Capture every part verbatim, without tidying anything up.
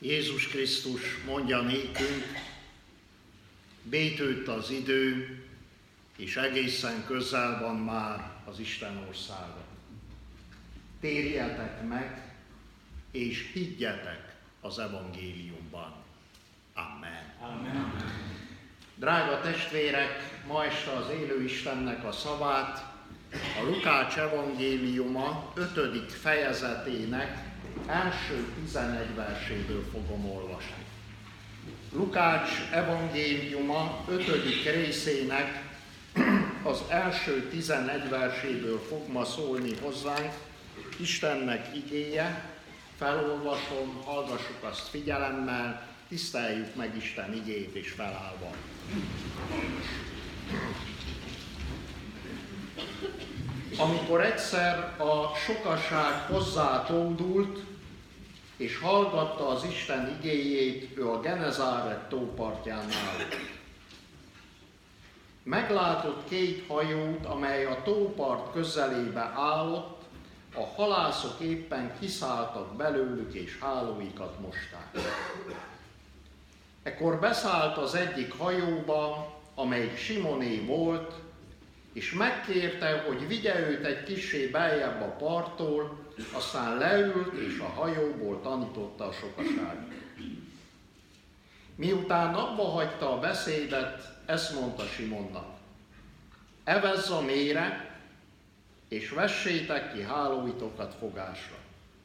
Jézus Krisztus mondja nékünk, bétőtt az idő, és egészen közel van már az Isten országa. Térjetek meg, és higgyetek az evangéliumban. Amen. Amen. Drága testvérek, ma este az élő Istennek a szavát a Lukács evangéliuma ötödik fejezetének első tizenegy verséből fogom olvasni. Lukács evangéliuma ötödik részének az első tizenegy verséből fog ma szólni hozzánk Istennek igéje. Felolvasom, hallgassuk azt figyelemmel, tiszteljük meg Isten igéjét és felállva. Amikor egyszer a sokaság hozzátódult, és hallgatta az Isten igéjét, ő a Genezáret tópartján állt. Meglátott két hajót, amely a tópart közelébe állott, a halászok éppen kiszálltak belőlük, és hálóikat mosták. Ekkor beszállt az egyik hajóba, amelyik Simoné volt, és megkérte, hogy vigye őt egy kissé beljebb a parttól, aztán leült, és a hajóból tanította a sokaságot. Miután abba hagyta a beszédet, ezt mondta Simonnak: evezz a mélyre, és vessétek ki hálóitokat fogásra.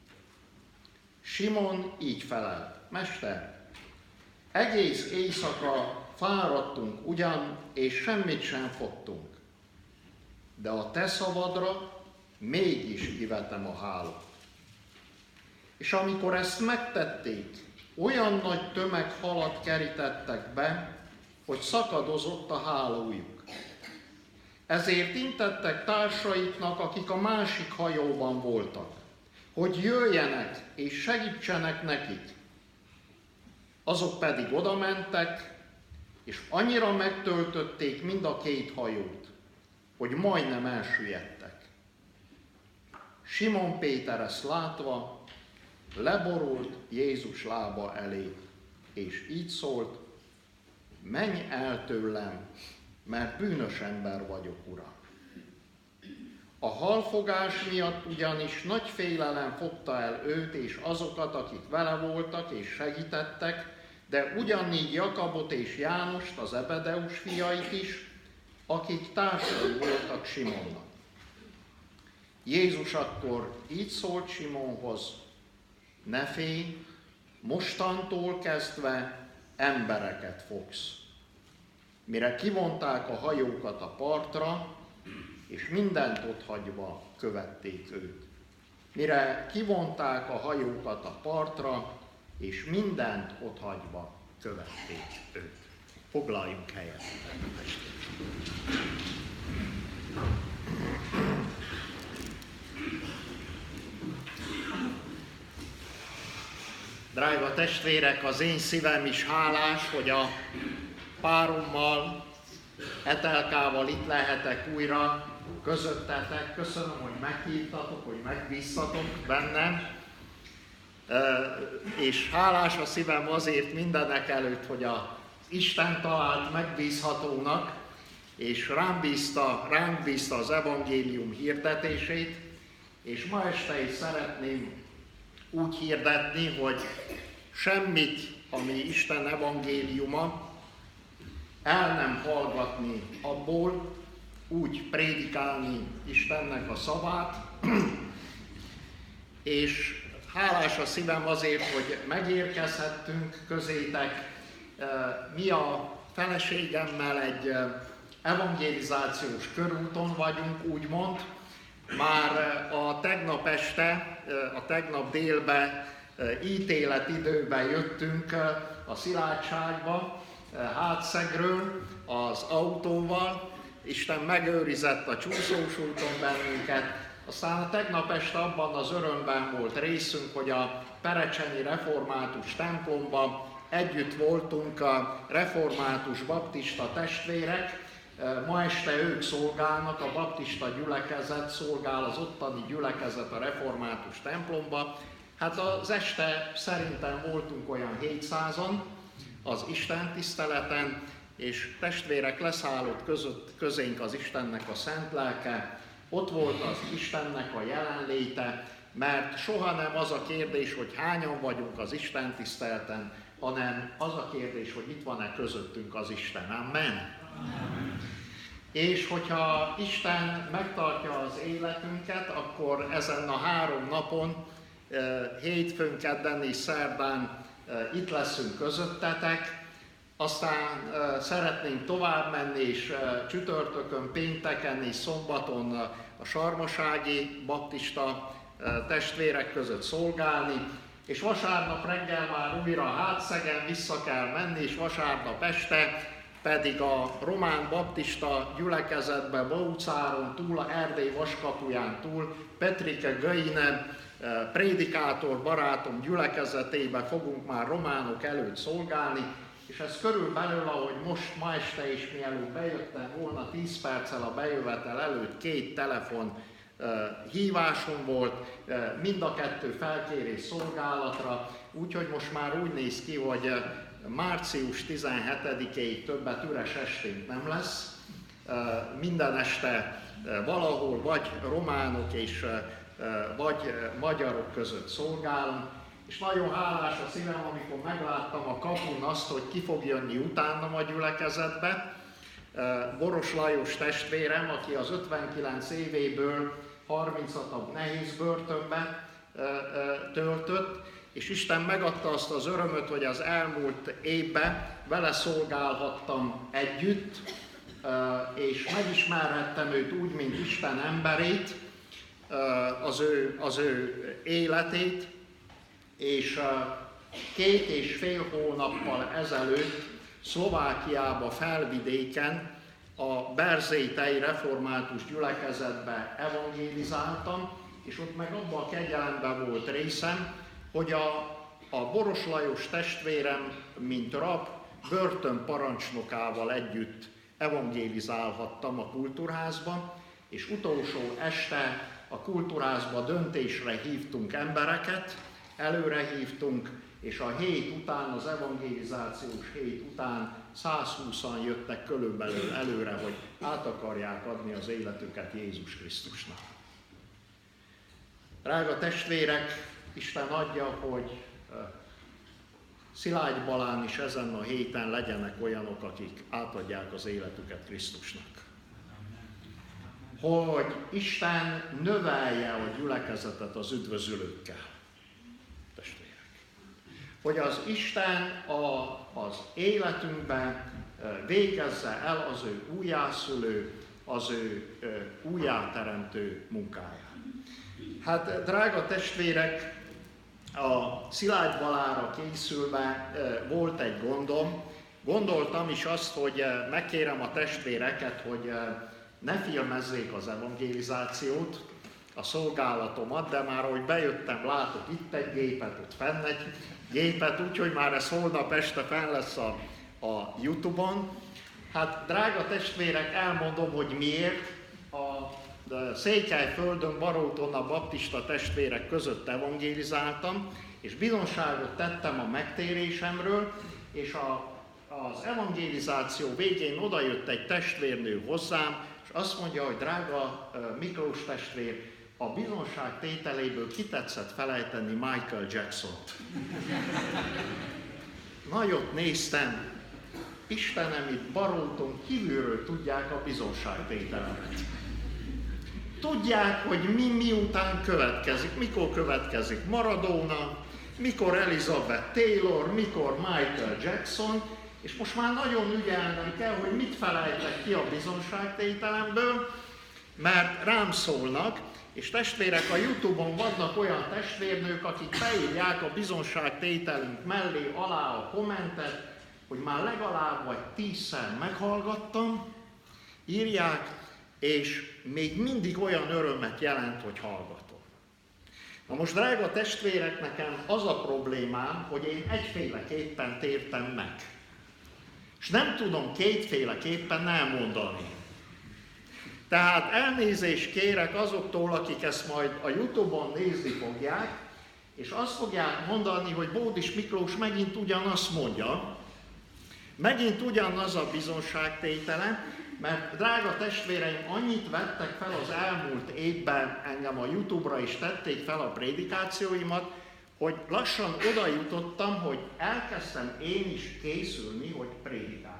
Simon így felelt: Mester, egész éjszaka fáradtunk ugyan, és semmit sem fogtunk, de a te szavadra mégis kivetem a hálót. És amikor ezt megtették, olyan nagy tömeg halat kerítettek be, hogy szakadozott a hálójuk. Ezért intettek társaiknak, akik a másik hajóban voltak, hogy jöjjenek és segítsenek nekik. Azok pedig odamentek, és annyira megtöltötték mind a két hajót, hogy majdnem elsüllyedtek. Simon Péter ezt látva leborult Jézus lába elé, és így szólt: menj el tőlem, mert bűnös ember vagyok, Uram. A halfogás miatt ugyanis nagy félelem fogta el őt és azokat, akik vele voltak és segítettek, de ugyanígy Jakabot és Jánost, az Ebedeus fiait is, akik társai voltak Simonnak. Jézus akkor így szólt Simonhoz: ne félj, mostantól kezdve embereket fogsz. Mire kivonták a hajókat a partra, és mindent otthagyva követték őt. Mire kivonták a hajókat a partra, és mindent otthagyva követték őt. Foglaljunk helyet. Drága testvérek, az én szívem is hálás, hogy a párommal, Etelkával itt lehetek újra közöttetek. Köszönöm, hogy meghívtatok, hogy megbíztatok bennem. És hálás a szívem azért mindenek előtt, hogy az Isten talált megbízhatónak, és rám bízta, ránk bízta az evangélium hirdetését, és ma este is szeretném úgy hirdetni, hogy semmit, ami Isten evangéliuma, el nem hallgatni abból, úgy prédikálni Istennek a szavát, és hálás a szívem azért, hogy megérkezhettünk közétek. Mi a feleségemmel egy evangelizációs körúton vagyunk, úgymond. Már a tegnap este, a tegnap délbe, ítéletidőben jöttünk a Szilágyságba, Hátszegről az autóval. Isten megőrizett a csúszós úton bennünket. Aztán a tegnap este abban az örömben volt részünk, hogy a perecsenyi református templomban együtt voltunk a református baptista testvérek. Ma este ők szolgálnak, a baptista gyülekezet szolgál, az ottani gyülekezet a református templomba. Hát az este szerintem voltunk olyan hétszázan az Isten tiszteleten, és testvérek, leszállott között, közénk az Istennek a szent lelke, ott volt az Istennek a jelenléte, mert soha nem az a kérdés, hogy hányan vagyunk az Isten tiszteleten, hanem az a kérdés, hogy itt van-e közöttünk az Isten. Amen. Amen. És hogyha Isten megtartja az életünket, akkor ezen a három napon, hétfőn, kedden és szerdán itt leszünk közöttetek, aztán szeretnénk tovább menni, és csütörtökön, pénteken és szombaton a sarmasági baptista testvérek között szolgálni, és vasárnap reggel már újra Hátszegen vissza kell menni, és vasárnap este pedig a román baptista gyülekezetben, Baucáron túl, a Erdély vaskapuján túl, Petrike Göine prédikátor barátom gyülekezetében fogunk már románok előtt szolgálni, és ez körülbelül, ahogy most ma este is, mielőtt bejöttem volna, tíz perccel a bejövetel előtt két telefon hívásom volt, mind a kettő felkérés szolgálatra, úgyhogy most már úgy néz ki, hogy március tizenhetedikéig többet üres esténk nem lesz. Minden este valahol vagy románok és vagy magyarok között szolgálunk, és nagyon hálás a szívem, amikor megláttam a kapun azt, hogy ki fog jönni utánam a gyülekezetbe. Boros Lajos testvérem, aki az ötvenkilenc évéből harmincat nehéz börtönbe töltött, és Isten megadta azt az örömöt, hogy az elmúlt évben vele szolgálhattam együtt, és megismerhettem őt úgy, mint Isten emberét, az ő, az ő életét, és két és fél hónappal ezelőtt Szlovákiába, Felvidéken, a Berzétei Református gyülekezetbe evangélizáltam, és ott meg abban a kegyelemben volt részem, hogy a, a Boros Lajos testvérem, mint rab, börtönparancsnokával együtt evangélizálhattam a kultúrházban, és utolsó este a kultúrházba döntésre hívtunk embereket, előre hívtunk, és a hét után, az evangelizációs hét után százhúszan jöttek körülbelül előre, hogy át akarják adni az életüket Jézus Krisztusnak. Drága testvérek, Isten adja, hogy Szilágy Balán is ezen a héten legyenek olyanok, akik átadják az életüket Krisztusnak. Hogy Isten növelje a gyülekezetet az üdvözülőkkel. Testvérek. Hogy az Isten a, az életünkben végezze el az ő újjászülő, az ő újjáteremtő munkáját. Hát, drága testvérek, a Szilágy Balára készülve volt egy gondom. Gondoltam is azt, hogy megkérem a testvéreket, hogy ne filmezzék az evangelizációt, a szolgálatomat, de már ahogy bejöttem, látok itt egy gépet, ott fenn egy gépet, úgyhogy már ez holnap este fenn lesz a, a YouTube-on. Hát, drága testvérek, elmondom, hogy miért. A Székelyföldön, Baróton a baptista testvérek között evangélizáltam, és bizonságot tettem a megtérésemről, és a, az evangelizáció végén odajött egy testvérnő hozzám, és azt mondja, hogy drága Miklós testvér, a bizonság tételéből ki tetszett felejteni Michael Jacksont. Nagyot néztem, Istenem, itt Baróton kívülről tudják a bizonságtételemet. Tudják, hogy mi miután következik, mikor következik Maradona, mikor Elizabeth Taylor, mikor Michael Jackson, és most már nagyon ügyelnem kell, hogy mit felejtek ki a bizonságtételemből, mert rám szólnak, és testvérek, a YouTube-on vannak olyan testvérnők, akik beírják a bizonságtételünk mellé alá a kommentet, hogy már legalább vagy tízszer meghallgattam, írják, és még mindig olyan örömet jelent, hogy hallgatom. Na most, drága testvérek, nekem az a problémám, hogy én egyféleképpen tértem meg. És nem tudom kétféleképpen elmondani. Tehát elnézést kérek azoktól, akik ezt majd a YouTube-on nézni fogják, És azt fogják mondani, hogy Bódis Miklós megint ugyanazt mondja, megint ugyanaz a bizonságtétele, mert drága testvéreim, annyit vettek fel az elmúlt évben engem a YouTube-ra, és tették fel a prédikációimat, hogy lassan oda jutottam, hogy elkezdtem én is készülni, hogy prédikáljak.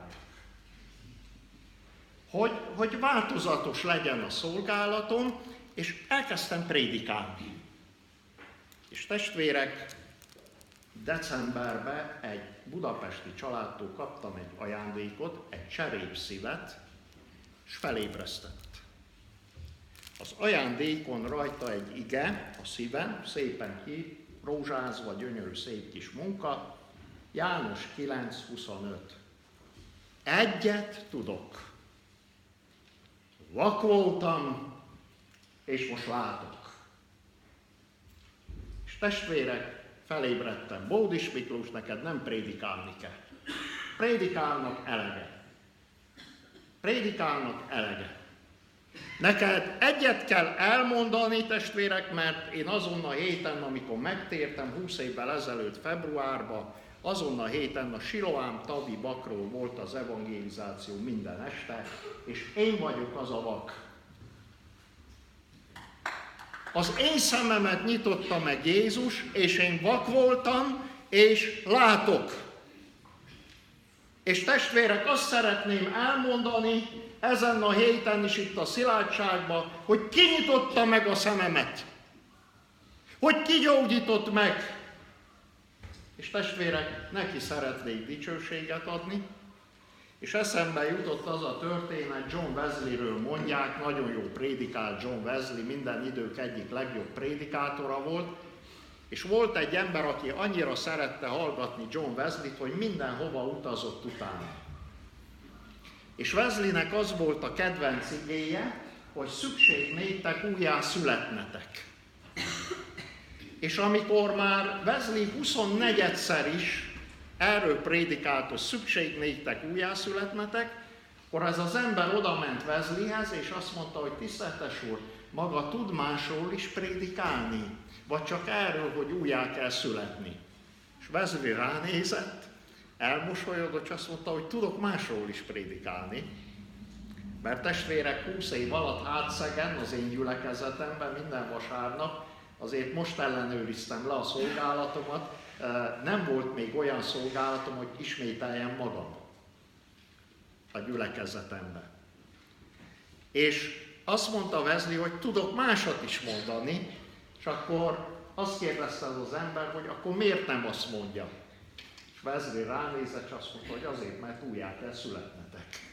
Hogy, hogy változatos legyen a szolgálatom, és elkezdtem prédikálni. És testvérek, decemberben egy budapesti családtól kaptam egy ajándékot, egy cserépszívet, és felébresztett. Az ajándékon rajta egy ige, a szíven, szépen ki, rózsázva, gyönyörű, szép kis munka, János kilenc huszonöt. Egyet tudok. Vak voltam, és most látok. És testvérek, felébredtem. Bódis Miklós, neked nem prédikálni kell. Prédikálnak elege. Prédikálnak elege. Neked egyet kell elmondani, testvérek, mert én azon a héten, amikor megtértem húsz évvel ezelőtt februárban, azon a héten a Siloám Tavi vakról volt az evangelizáció minden este, és én vagyok az a vak. Az én szememet nyitotta meg Jézus, és én vak voltam, és látok. És testvérek, azt szeretném elmondani ezen a héten is itt a szilárdságban, hogy kinyitotta meg a szememet. Hogy kigyógyított meg. És testvérek, neki szeretnék dicsőséget adni. És eszembe jutott az a történet, John Wesleyről mondják, nagyon jó prédikált John Wesley, minden idők egyik legjobb prédikátora volt, és volt egy ember, aki annyira szerette hallgatni John Wesleyt, hogy mindenhova utazott utána. És Wesleynek az volt a kedvenc igéje, hogy szükség néktek újjá születnetek. És amikor már Wesley huszonnegyedszer is erről prédikált, hogy szükség néktek újjászületnetek, akkor ez az ember odament Wesleyhez, és azt mondta, hogy tiszteletes úr, maga tud másról is prédikálni, vagy csak erről, hogy újjá kell születni. És Wesley ránézett, elmosolyodott, és azt mondta, hogy tudok másról is prédikálni, mert testvérek húsz év alatt Hátszegen, az én gyülekezetemben minden vasárnap, azért most ellenőriztem le a szolgálatomat, nem volt még olyan szolgálatom, hogy ismételjem magam a gyülekezetemben. És azt mondta Wesley, hogy tudok másat is mondani, és akkor azt kérdezte az az ember, hogy akkor miért nem azt mondja. És Wesley ránézett, és azt mondta, hogy azért, mert újjá kell születnetek.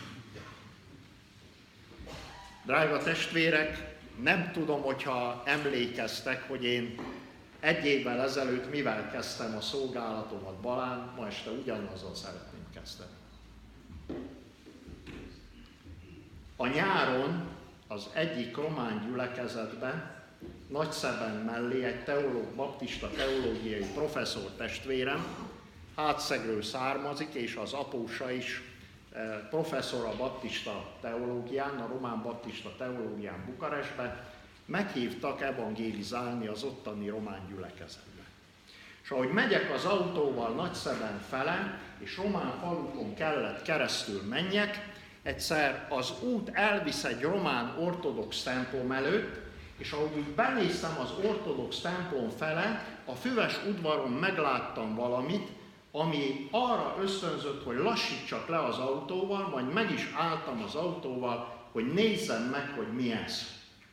Drága testvérek, nem tudom, hogyha emlékeztek, hogy én egy évvel ezelőtt mivel kezdtem a szolgálatomat Balán, ma este ugyanazzal szeretném kezdeni. A nyáron az egyik román gyülekezetben, Nagyszeben mellé egy teológ, baptista teológiai professzor testvérem, Hátszegről származik, és az apósa is professzor a baptista teológián, a román baptista teológián Bukarestben, meghívtak evangélizálni az ottani román gyülekezetbe. És ahogy megyek az autóval Nagyszeben fele, és román falukon kellett keresztül menjek, egyszer az út elvisz egy román ortodox templom előtt, és ahogy így benéztem az ortodox templom fele, a füves udvaron megláttam valamit, ami arra ösztönzött, hogy lassítsak le az autóval, majd meg is álltam az autóval, hogy nézzem meg, hogy mi ez.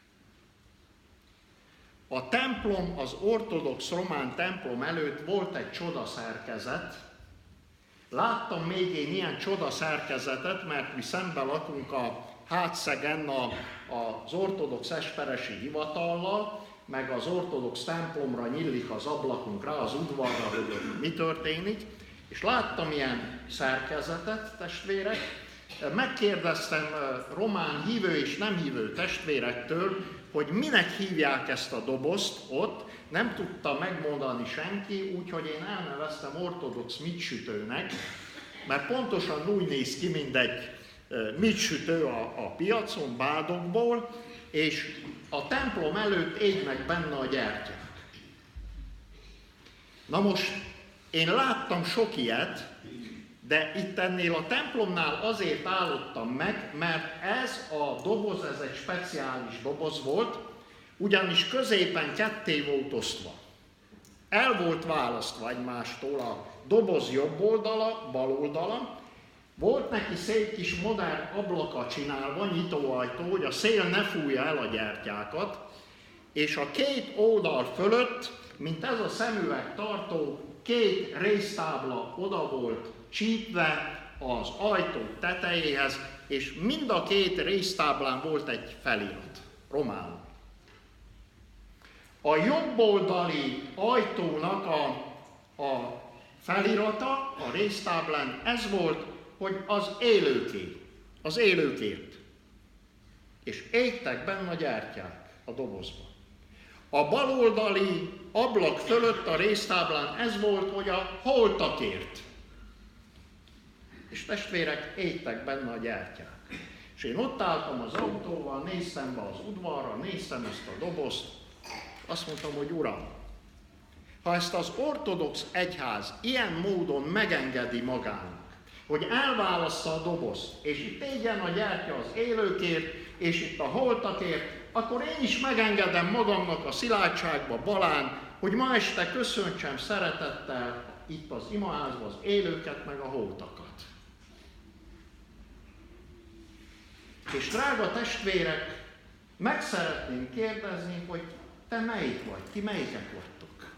A templom, az ortodox román templom előtt volt egy csodaszerkezet. Láttam még én ilyen csodaszerkezetet, mert mi szemben lakunk a Hátszegen a, az ortodox esperesi hivatallal, meg az ortodox templomra nyílik az ablakunk rá, az udvarra, hogy mi történik. És láttam ilyen szerkezetet, testvérek. Megkérdeztem román hívő és nem hívő testvérektől, hogy minek hívják ezt a dobozt ott, nem tudta megmondani senki, úgyhogy én elneveztem ortodox mitsütőnek, mert pontosan úgy néz ki, mint egy mitsütő a, a piacon, bádokból, és a templom előtt égnek benne a gyertyák. Na most én láttam sok ilyet, de itt ennél a templomnál azért állottam meg, mert ez a doboz, ez egy speciális doboz volt, ugyanis középen ketté volt osztva. El volt választva egymástól a doboz jobb oldala, bal oldala, volt neki szép kis modern ablaka csinálva, nyitóajtó, hogy a szél ne fújja el a gyertyákat, és a két oldal fölött, mint ez a szemüveg tartó, két résztábla oda volt csípve az ajtó tetejéhez, és mind a két résztáblán volt egy felirat, románul. A jobb oldali ajtónak a, a felirata, a résztáblán ez volt, hogy az élőké, az élőkért. És égtek benne a gyertyák a dobozban. A baloldali ablak fölött a résztáblán ez volt, hogy a holtakért. És testvérek, égtek benne a gyertyák. És én ott álltam az autóval, néztem be az udvarra, néztem ezt a dobozt, azt mondtam, hogy Uram, ha ezt az ortodox egyház ilyen módon megengedi magának, hogy elválassza a dobozt, és itt égjen a gyertya az élőkért, és itt a holtakért, akkor én is megengedem magamnak a szilárdságba, Balán, hogy ma este köszöntsem szeretettel itt az imaházban az élőket, meg a holtakat. És drága testvérek, meg szeretném kérdezni, hogy te melyik vagy, ti melyikek vagytok?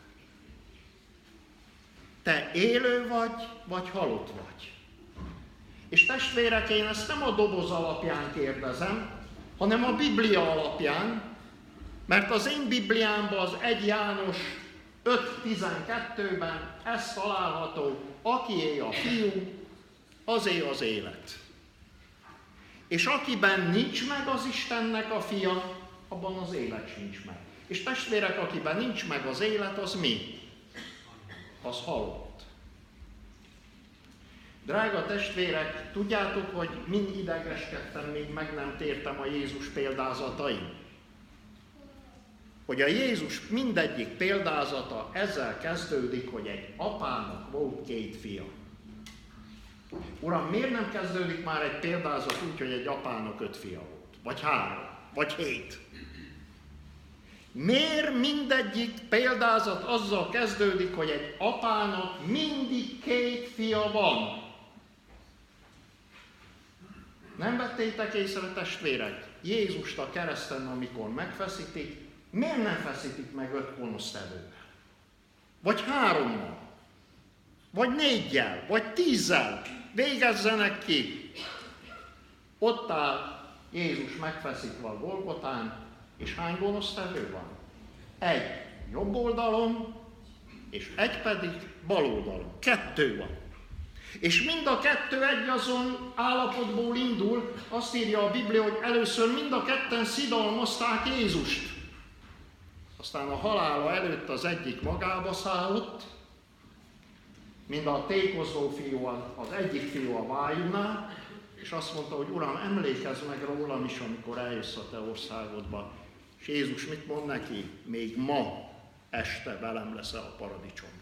Te élő vagy, vagy halott vagy? És testvérek, én ezt nem a doboz alapján kérdezem, hanem a Biblia alapján, mert az én Bibliámban az egy János öt tizenkettőben ez található, akié a fiú, azé az élet. És akiben nincs meg az Istennek a fia, abban az élet sincs meg. És testvérek, akiben nincs meg az élet, az mi? Az halott. Drága testvérek, tudjátok, hogy mind idegeskedtem, még meg nem tértem a Jézus példázatain? Hogy a Jézus mindegyik példázata ezzel kezdődik, hogy egy apának volt két fia. Uram, miért nem kezdődik már egy példázat úgy, hogy egy apának öt fia volt? Vagy három? Vagy hét? Miért mindegyik példázat azzal kezdődik, hogy egy apának mindig két fia van? Nem vettétek észre, testvérek? Jézust a kereszten, amikor megfeszítik, miért nem feszítik meg öt gonosztevővel? Vagy hárommal? Vagy négyel? Vagy tízzel? Végezzenek ki! Ott áll Jézus megfeszítve a Golgotán, és hány gonosztevő van? Egy jobb oldalon, és egy pedig bal oldalon. Kettő van. És mind a kettő egyazon állapotból indul, azt írja a Biblia, hogy először mind a ketten szidalmazták Jézust. Aztán a halála előtt az egyik magába szállott, mind a tékozó fiú, az egyik fiú a vájúnál, és azt mondta, hogy Uram, emlékezz meg rólam is, amikor eljössz a te országodba. És Jézus mit mond neki? Még ma este velem leszel a paradicsomban.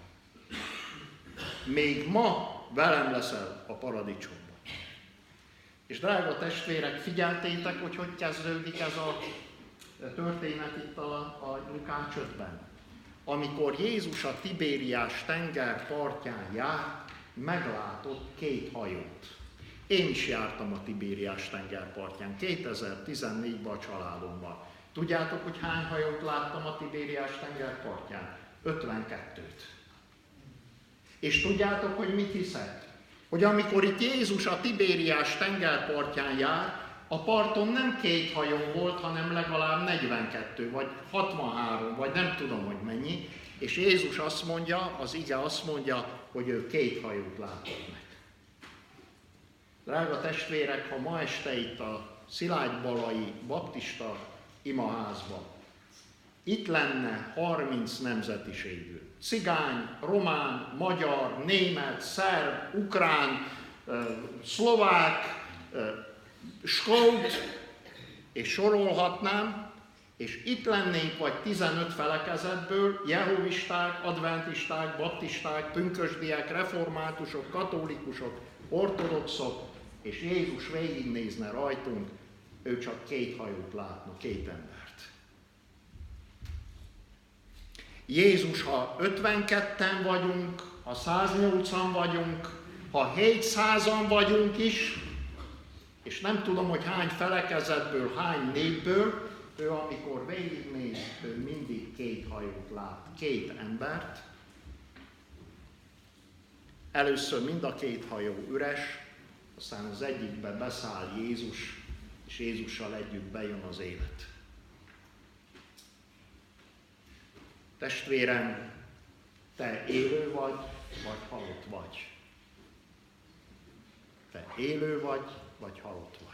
Még ma velem leszel a paradicsomban. És drága testvérek, figyeltétek, hogy hogy kezdődik ez a történet itt a, a Lukács ötben? Amikor Jézus a Tibériás tenger partján jár, meglátott két hajót. Én is jártam a Tibériás tenger partján, kétezer-tizennégyben a családommal. Tudjátok, hogy hány hajót láttam a Tibériás tenger partján? ötvenkettőt. És tudjátok, hogy mit hiszek? Hogy amikor itt Jézus a Tibériás tengerpartján jár, a parton nem két hajó volt, hanem legalább negyvenkettő, vagy hatvanhárom, vagy nem tudom, hogy mennyi. És Jézus azt mondja, az ige azt mondja, hogy ő két hajót látott meg. Drága testvérek, ha ma este itt a Szilágybalai baptista imaházban itt lenne harminc nemzetiségű. Cigány, román, magyar, német, szerb, ukrán, szlovák, skót, és sorolhatnám, és itt lennénk vagy tizenöt felekezetből, jehovisták, adventisták, baptisták, pünkösdiek, reformátusok, katolikusok, ortodoxok, és Jézus végignézne rajtunk, ő csak két hajót látna, két embert. Jézus, ha ötvenketten vagyunk, ha száznyolcvan vagyunk, ha hétszázan vagyunk is, és nem tudom, hogy hány felekezetből, hány népből, ő amikor végignéz, ő mindig két hajót lát, két embert. Először mind a két hajó üres, aztán az egyikbe beszáll Jézus, és Jézussal együtt bejön az élet. Testvérem, te élő vagy, vagy halott vagy. Te élő vagy, vagy halott vagy.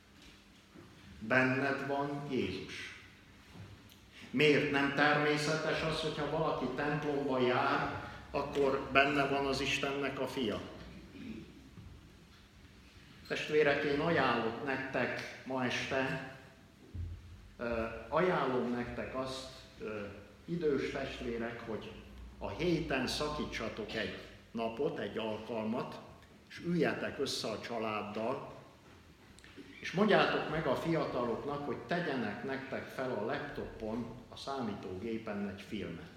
Benned van Jézus. Miért nem természetes az, hogyha valaki templomba jár, akkor benne van az Istennek a fia? Testvérek, én ajánlok nektek ma este, ajánlom nektek azt, idős testvérek, hogy a héten szakítsatok egy napot, egy alkalmat, és üljetek össze a családdal, és mondjátok meg a fiataloknak, hogy tegyenek nektek fel a laptopon, a számítógépen egy filmet.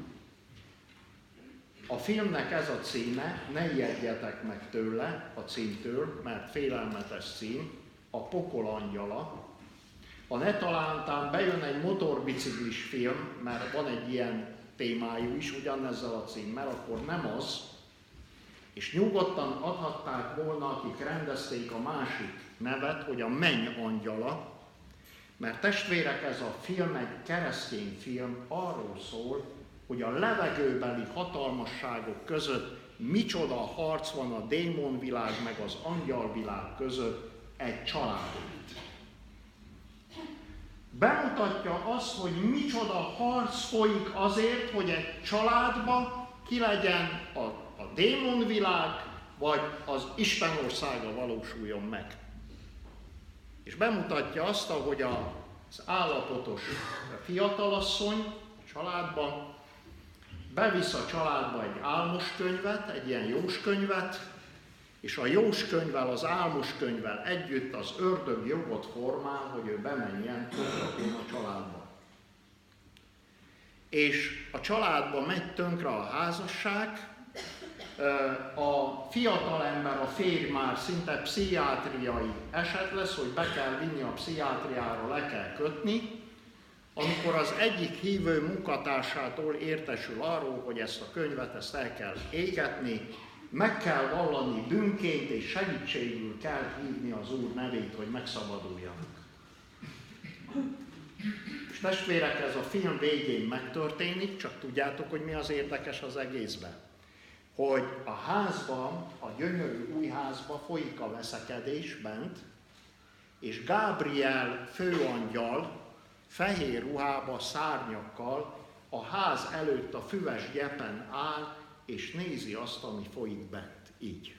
A filmnek ez a címe, ne ijedjetek meg tőle, a címtől, mert félelmetes cím, a Pokol angyala. A netalántán bejön egy motorbiciklis film, mert van egy ilyen témájú is, ugyanezzel a címmel, akkor nem az, és nyugodtan adhatták volna, akik rendezték a másik nevet, hogy a Menny angyala, mert testvérek, ez a film egy keresztény film, arról szól, hogy a levegőbeli hatalmasságok között micsoda harc van a démonvilág meg az angyalvilág között egy családot. Bemutatja azt, hogy micsoda harc folyik azért, hogy egy családba ki legyen a, a démonvilág, vagy az Isten országa valósuljon meg. És bemutatja azt, ahogy az állapotos fiatalasszony családban bevisz a családba egy álmoskönyvet, egy ilyen jóskönyvet, és a jóskönyvvel, az álmoskönyvvel együtt az ördög jogot formál, hogy ő bemenjen a családba. És a családba megy tönkre a házasság, a fiatalember, a férj már szinte pszichiátriai eset lesz, hogy be kell vinni a pszichiátriára, le kell kötni, amikor az egyik hívő munkatársától értesül arról, hogy ezt a könyvet ezt el kell égetni, meg kell vallani bűnként, és segítségül kell hívni az Úr nevét, hogy megszabaduljanak. És testvérek, ez a film végén megtörténik, csak tudjátok, hogy mi az érdekes az egészben. Hogy a házban, a gyönyörű új házban folyik a veszekedés bent, és Gábriel főangyal fehér ruhába, szárnyakkal a ház előtt a füves gyepen áll, és nézi azt, ami folyik bent, így.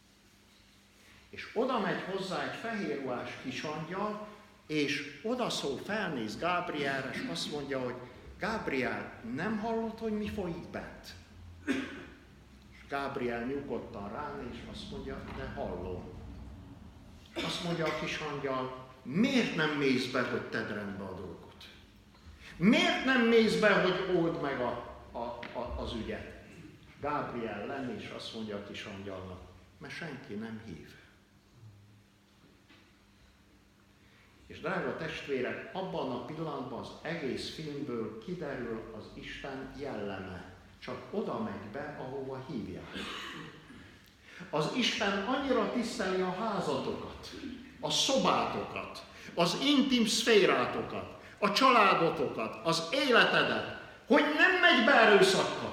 És oda megy hozzá egy fehér ruhás kisangyal, és odaszól, felnéz Gábrielre, és azt mondja, hogy Gábriel, nem hallod, hogy mi folyik bent? És Gábriel nyugodtan ránéz, és azt mondja, de hallom. Azt mondja a kisangyal, miért nem mész be, hogy tedd rendbe a dolgot? Miért nem mész be, hogy old meg a, a, a, az ügyet? Gábriel lenni, és azt mondja a kisangyalnak, mert senki nem hív. És drága testvérek, abban a pillanatban az egész filmből kiderül az Isten jelleme. Csak oda megy be, ahova hívják. Az Isten annyira tiszteli a házatokat, a szobátokat, az intim szférátokat, a családotokat, az életedet, hogy nem megy be erőszakkal.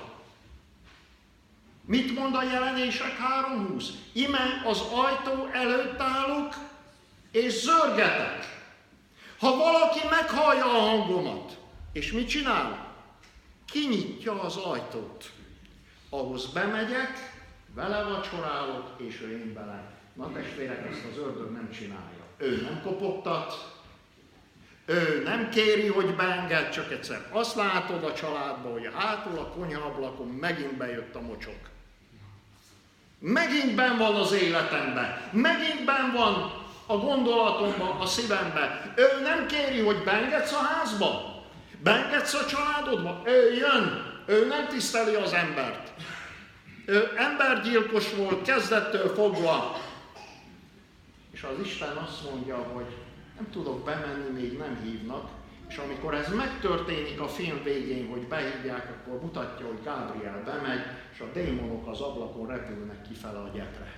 Mit mond a Jelenések három húsz? Ime az ajtó előtt állok, és zörgetek. Ha valaki meghallja a hangomat, és mit csinál? Kinyitja az ajtót. Ahhoz bemegyek, vele vacsorálok, és ő én vele. Na testvérek, ezt az ördög nem csinálja. Ő nem kopogtat, Ő nem kéri, hogy beenged, csak egyszer azt látod a családban, hogy hátul a konyhaablakon megint bejött a mocsok. Megint benn van az életemben, megint benn van a gondolatomban, a szívemben. Ő nem kéri, hogy beengedsz a házba, beengedsz a családodba. Ő jön, ő nem tiszteli az embert. Ő embergyilkos volt kezdettől fogva. És az Isten azt mondja, hogy nem tudok bemenni, még nem hívnak. És amikor ez megtörténik a film végén, hogy behívják, akkor mutatja, hogy Gábriel bemegy, és a démonok az ablakon repülnek kifele a gyepre.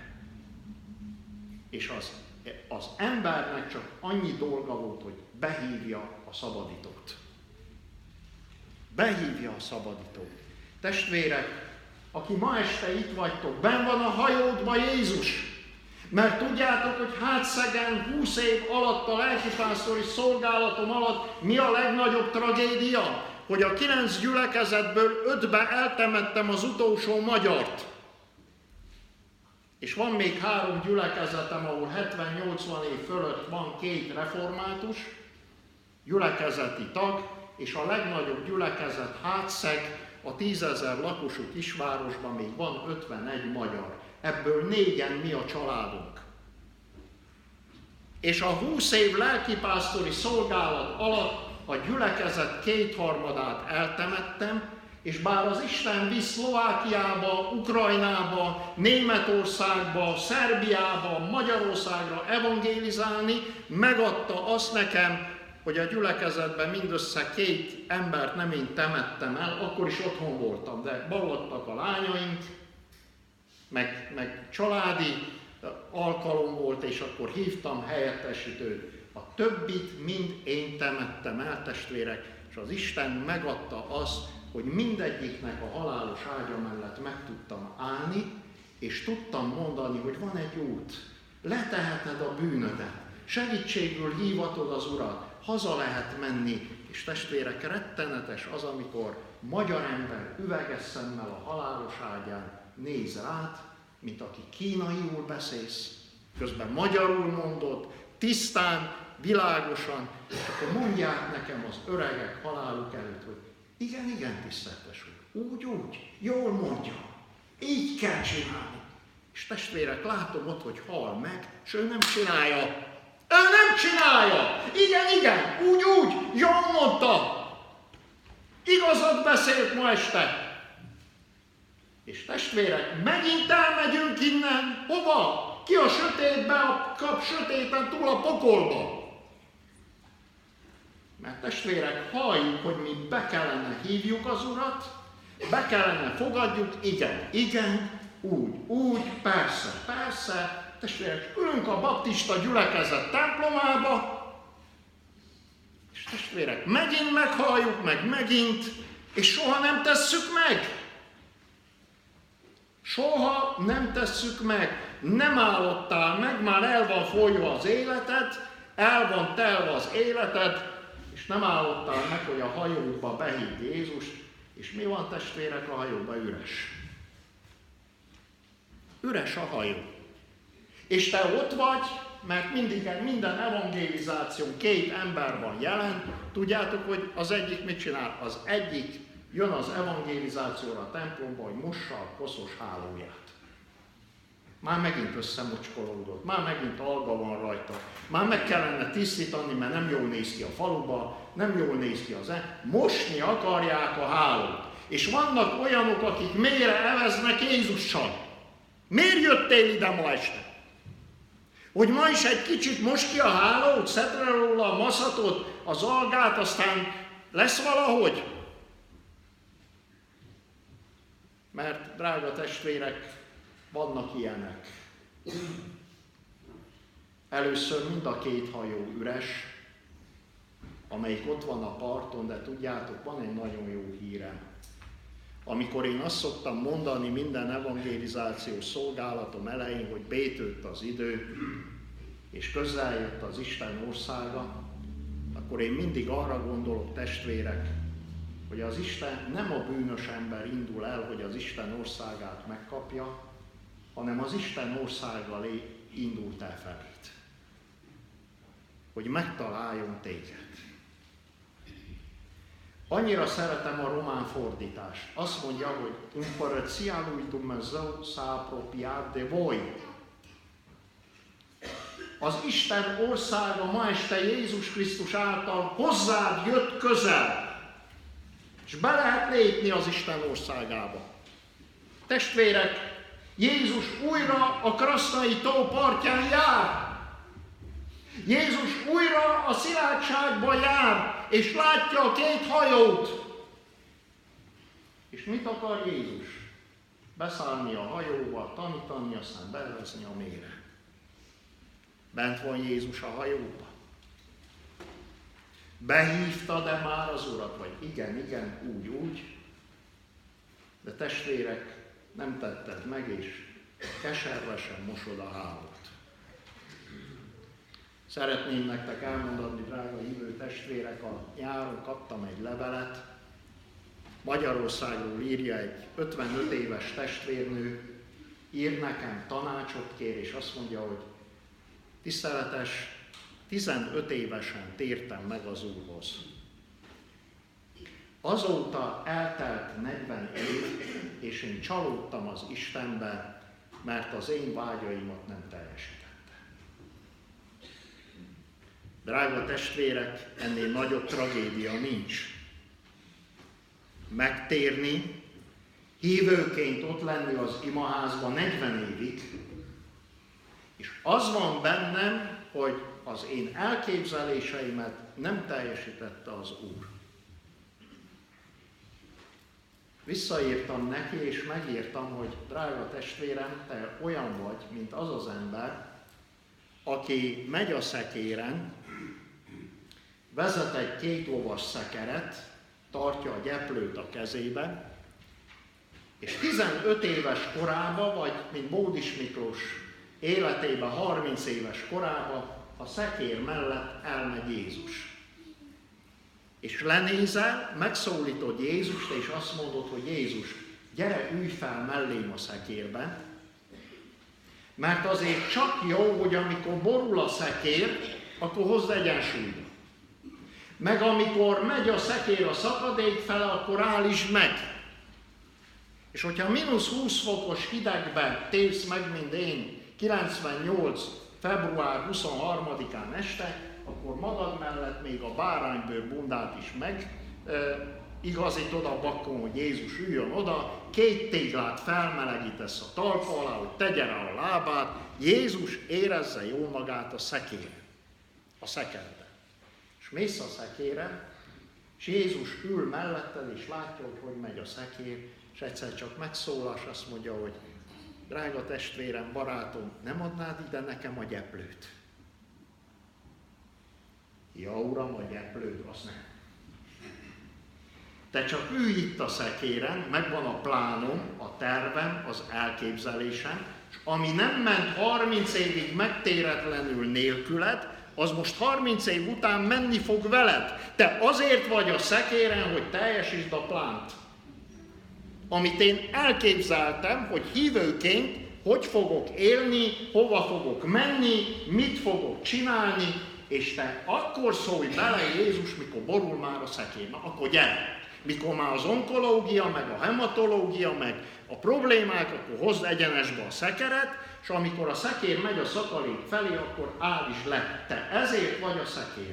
És az, az embernek csak annyi dolga volt, hogy behívja a szabadítót. Behívja a szabadítót. Testvérek, aki ma este itt vagytok, benn van a hajódban Jézus. Mert tudjátok, hogy hátszegen húsz év alatt a lelkipásztori szolgálatom alatt mi a legnagyobb tragédia? Hogy a kilenc gyülekezetből ötbe eltemettem az utolsó magyart. És van még három gyülekezetem, ahol hetven-nyolcvan év fölött van két református, gyülekezeti tag, és a legnagyobb gyülekezet hátszeg, a tízezer lakosú kisvárosban még van ötvenegy magyar. Ebből négyen mi a családunk. És a húsz év lelkipásztori szolgálat alatt a gyülekezet kétharmadát eltemettem, és bár az Isten visz Szlovákiába, Ukrajnába, Németországba, Szerbiába, Magyarországra evangélizálni, megadta azt nekem, hogy a gyülekezetben mindössze két embert nem én temettem el, akkor is otthon voltam, de ballottak a lányaink, meg, meg családi alkalom volt, és akkor hívtam helyettesítőt. A többit mind én temettem el, testvérek, és az Isten megadta azt, hogy mindegyiknek a halálos ágya mellett meg tudtam állni, és tudtam mondani, hogy van egy út, leteheted a bűnödet, segítségül hívatod az Urat, haza lehet menni, és testvérek, rettenetes az, amikor magyar ember üveges szemmel a halálos ágyán néz rád, mint aki kínaiul beszélsz, közben magyarul mondod, tisztán, világosan, és akkor mondják nekem az öregek haláluk előtt, hogy igen, igen, tiszteltes úr, úgy, úgy, jól mondja, így kell csinálni. És testvérek, látom ott, hogy hal meg, és ő nem csinálja. Ő nem csinálja! Igen, igen, úgy, úgy, jól mondta. Igazat beszélt ma este. És testvérek, megint elmegyünk innen, hova? Ki a sötétbe, a kap sötéten túl a pokolba. Mert testvérek, halljuk, hogy mi be kellene hívjuk az Urat, be kellene fogadjuk, igen, igen, úgy, úgy, persze, persze. Testvérek, ülünk a baptista gyülekezet templomába, és testvérek, megint meghalljuk, meg megint, és soha nem tesszük meg. Soha nem tesszük meg. Nem állottál meg, már el van folyva az életed, el van telve az életed, és nem állottál meg, hogy a hajóba behívd Jézust, és mi van, testvérek, a hajóba? Üres. Üres a hajó. És te ott vagy, mert mindig minden evangelizáción két ember van jelen. Tudjátok, hogy az egyik mit csinál? Az egyik jön az evangelizációra a templomba, hogy mossa a koszos hálóját. Már megint összemocskolódott, már megint alga van rajta, már meg kellene tisztítani, mert nem jól néz ki a faluba, nem jól néz ki az e. Mosni akarják a hálót. És vannak olyanok, akik mélyre eveznek Jézussal. Miért jöttél ide ma este? Hogy ma is egy kicsit most ki a hálót, szedre róla a maszatot, az algát, aztán lesz valahogy? Mert, drága testvérek, vannak ilyenek. Először mind a két hajó üres, amelyik ott van a parton, de tudjátok, van egy nagyon jó hírem. Amikor én azt szoktam mondani minden evangelizációs szolgálatom elején, hogy bétőtt az idő, és közel jött az Isten országa, akkor én mindig arra gondolok, testvérek, hogy az Isten nem a bűnös ember indul el, hogy az Isten országát megkapja, hanem az Isten országgal indult el felét. Hogy megtaláljon téged. Annyira szeretem a román fordítást. Azt mondja, hogy Împărăția lui Dumnezeu s-a apropiat de voi. Az Isten országa ma este Jézus Krisztus által hozzád jött közel. És be lehet lépni az Isten országába. Testvérek, Jézus újra a Krasznai tó partján jár. Jézus újra a szilárdságba jár, és látja a két hajót. És mit akar Jézus? Beszállni a hajóba, tanítani, aztán bevezni a mélyre. Bent van Jézus a hajóba. Behívta-e már az Urat? Vagy igen, igen, úgy, úgy. De testvérek, nem tetted meg, és keservesen mosod a hálót. Szeretném nektek elmondani, drága hívő testvérek, a nyáron kaptam egy levelet. Magyarországról írja egy ötvenöt éves testvérnő, ír nekem, tanácsot kér, és azt mondja, hogy tiszteletes, tizenöt évesen tértem meg az Úrhoz. Azóta eltelt negyven év, és én csalódtam az Istenbe, mert az én vágyaimat nem teljesítette. Drága testvérek, ennél nagyobb tragédia nincs. Megtérni, hívőként ott lenni az imaházban negyven évig, és az van bennem, hogy az én elképzeléseimet nem teljesítette az Úr. Visszaírtam neki, és megírtam, hogy drága testvérem, te olyan vagy, mint az az ember, aki megy a szekéren, vezet egy két lovas szekeret, tartja a gyeplőt a kezébe, és tizenöt éves korában, vagy mint Bódis Miklós életében harminc éves korában, a szekér mellett elmegy Jézus. És lenézel, megszólítod Jézust, és azt mondod, hogy Jézus, gyere, ülj fel mellém a szekérbe, mert azért csak jó, hogy amikor borul a szekér, akkor hozd egyensúlyba. Meg amikor megy a szekér a szakadék fele, akkor állítsd meg. És hogyha mínusz húsz fokos hidegben tépsz meg, mint én, kilencvennyolc február huszonharmadikán este, akkor magad mellett még a báránybőr bundát is meg e, igazítod a bakkon, hogy Jézus üljön oda, két téglát felmelegítesz a talpa alá, hogy tegye rá a lábát, Jézus érezze jól magát a szekéren, a szekerben. És mész a szekéren, és Jézus ül melletted, és látja, hogy hogy megy a szekér, és egyszer csak megszólal, és azt mondja, hogy drága testvérem, barátom, nem adnád ide nekem a gyeplőt? Ja, uram, a gyeplőt, azt nem. Te csak ülj itt a szekéren, megvan a plánom, a tervem, az elképzelésem, és ami nem ment harminc évig megtéretlenül nélküled, az most harminc év után menni fog veled. Te azért vagy a szekéren, hogy teljesítsd a plánt. Amit én elképzeltem, hogy hívőként hogy fogok élni, hova fogok menni, mit fogok csinálni, és te akkor szólj bele, Jézus, mikor borul már a szekér. Na, akkor gyere! Mikor már az onkológia, meg a hematológia, meg a problémák, akkor hozd egyenesbe a szekeret, és amikor a szekér megy a szakadék felé, akkor állítsd le. Te ezért vagy a szekér.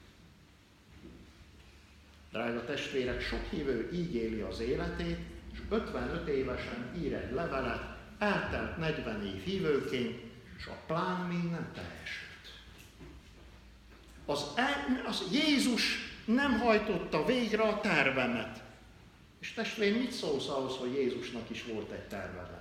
Drága testvérek, sok hívő így éli az életét, és ötvenöt évesen ír egy levelet, eltelt negyven év hívőként, és a plán még nem teljesült. Az, el, az Jézus nem hajtotta végre a tervemet. És testvérem, mit szólsz ahhoz, hogy Jézusnak is volt egy terve veled?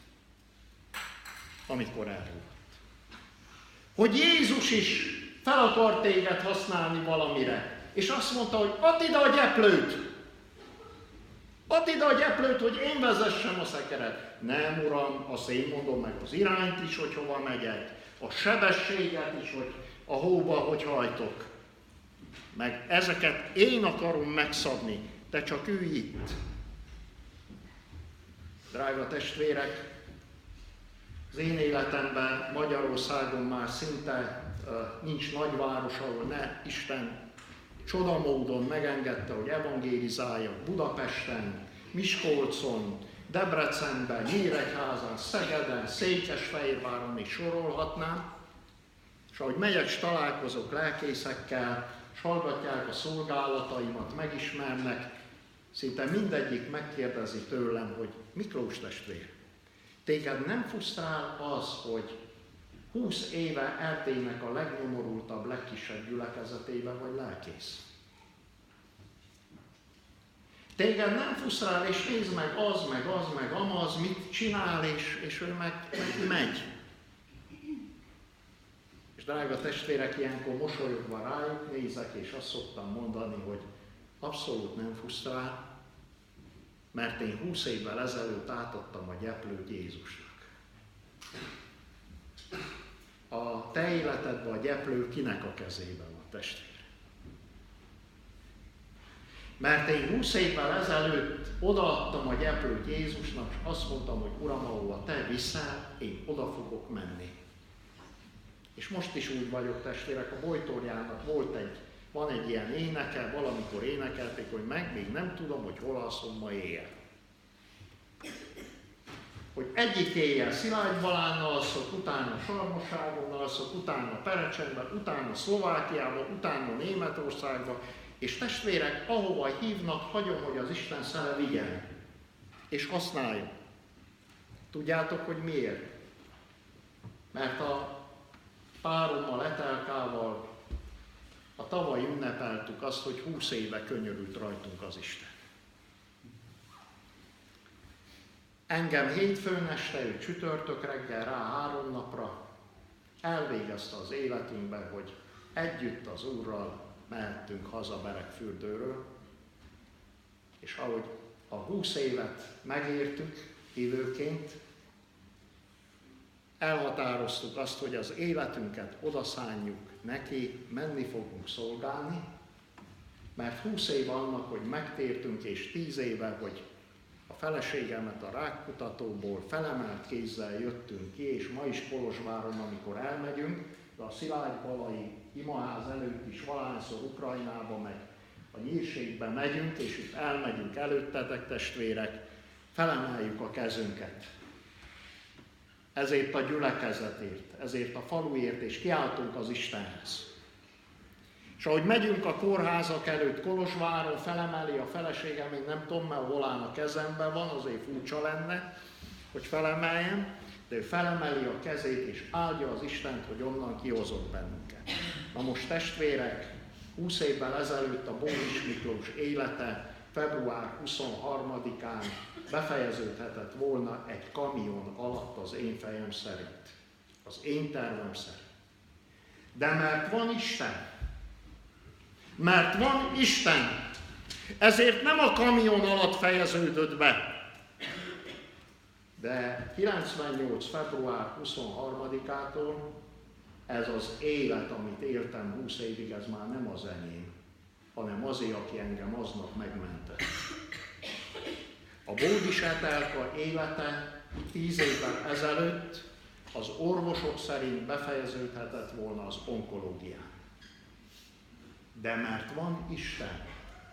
Amikor elrúgott. Hogy Jézus is fel akar téged használni valamire. És azt mondta, hogy add ide a gyeplőt. Add ide a gyeplőt, hogy én vezessem a szekeret. Nem, uram, azt én mondom meg az irányt is, hogy hova megyek. A sebességet is, hogy a hóba hogy hajtok. Meg ezeket én akarom megszabni, te csak ülj itt. Drága testvérek, az én életemben Magyarországon már szinte uh, nincs nagyváros, ahol ne Isten csodamódon megengedte, hogy evangélizáljak Budapesten, Miskolcon, Debrecenben, Nyíregyházán, Szegeden, Székesfehérváron is sorolhatnám. És ahogy megyek, és találkozok lelkészekkel, és hallgatják a szolgálataimat, megismernek, szinte mindegyik megkérdezi tőlem, hogy Miklós testvér, téged nem frusztrál az, hogy húsz éve Erdélynek a legnyomorultabb, legkisebb gyülekezetében vagy lelkész? Téged nem frusztrál, és nézd meg az, meg az, meg amaz, mit csinál, és, és ő meg, meg megy. És drága testvérek, ilyenkor mosolyogva rájuk nézek, és azt szoktam mondani, hogy abszolút nem frusztrál, mert én húsz évvel ezelőtt átadtam a gyeplőt Jézusnak. A te életedben a gyeplő kinek a kezében van, testvér? Mert én húsz évvel ezelőtt odaadtam a gyeplőt Jézusnak, és azt mondtam, hogy Uram, ahova te viszel, én oda fogok menni. És most is úgy vagyok, testvérek, a Bojtorjának volt egy, van egy ilyen éneke, valamikor énekelték, hogy meg még nem tudom, hogy hol alszom ma éjjel. Hogy egyik éjjel Szilágy Balánnal alszok, utána Sarmoságon alszok, utána Perecsenben, utána Szlovákiában, utána Németországban, és testvérek, ahova hívnak, hagyom, hogy az Isten szele vigyen, és használjon. Tudjátok, hogy miért? Mert a párommal, Etelkával a tavaly ünnepeltük azt, hogy húsz éve könyörült rajtunk az Isten. Engem hétfőn este, ő csütörtök reggel rá három napra elvégezte az életünkben, hogy együtt az Úrral mehettünk haza Beregfürdőről, és ahogy a húsz évet megértük hívőként, elhatároztuk azt, hogy az életünket odaszánjuk neki, menni fogunk szolgálni, mert húsz év annak, hogy megtértünk, és tíz éve, hogy a feleségemet a rákkutatóból felemelt kézzel jöttünk ki, és ma is Kolozsváron, amikor elmegyünk, de a Szilágybalai imaház előtt is valahányszor Ukrajnába, meg a Nyírségbe megyünk, és itt elmegyünk előttetek, testvérek, felemeljük a kezünket. Ezért a gyülekezetért, ezért a faluért, és kiáltunk az Istenhez. És ahogy megyünk a kórházak előtt Kolozsváron, felemeli a feleségem, én nem tudom, mert hol áll a kezemben van, azért furcsa lenne, hogy felemeljem, de ő felemeli a kezét, és áldja az Istent, hogy onnan kihozott bennünket. Na most testvérek, húsz évvel ezelőtt a Bódis Miklós élete február huszonharmadikán befejeződhetett volna egy kamion alatt az én fejem szerint, az én tervem szerint. De mert van Isten, mert van Isten, ezért nem a kamion alatt fejeződött be. De kilencvennyolc február huszonharmadikától ez az élet, amit éltem húsz évig, ez már nem az enyém, hanem azért, aki engem aznap megmentett. A Bódis Etelka élete tíz évvel ezelőtt az orvosok szerint befejeződhetett volna az onkológián. De mert van Isten,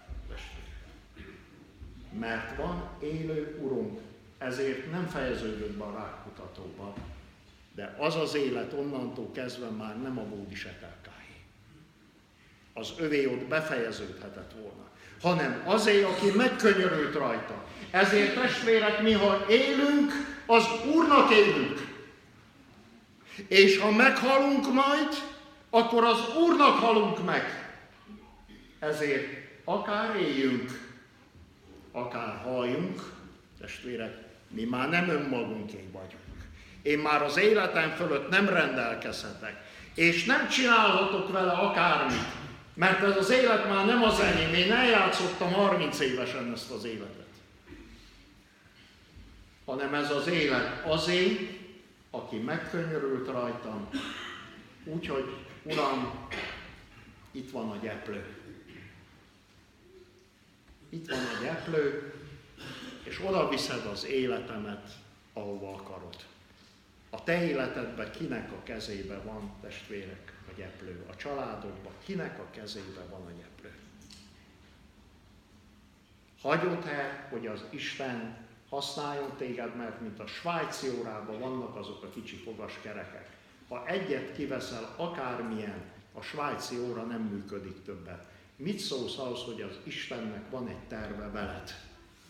mert van élő Urunk, ezért nem fejeződött be a rákkutatóba, de az az élet onnantól kezdve már nem a Bódis Etelkáé. Az övé ott befejeződhetett volna, hanem azért, aki megkönyörült rajta. Ezért testvérek, mi ha élünk, az Úrnak élünk. És ha meghalunk majd, akkor az Úrnak halunk meg. Ezért akár éljünk, akár halljunk, testvérek, mi már nem önmagunké vagyunk. Én már az életem fölött nem rendelkezhetek, és nem csinálhatok vele akármit, mert ez az élet már nem az enyém. Én eljátszottam harminc évesen ezt az életet. Hanem ez az élet azé, aki megkönyörült rajtam, úgyhogy Uram, itt van a gyeplő. Itt van a gyeplő, és oda viszed az életemet, ahova akarod. A te életedben kinek a kezébe van, testvérek, a gyeplő? A családodban kinek a kezébe van a gyeplő? Hagyod-e, hogy az Isten használjon téged, mert mint a svájci órában vannak azok a kicsi fogaskerekek. Ha egyet kiveszel, akármilyen, a svájci óra nem működik többet. Mit szólsz ahhoz, hogy az Istennek van egy terve veled?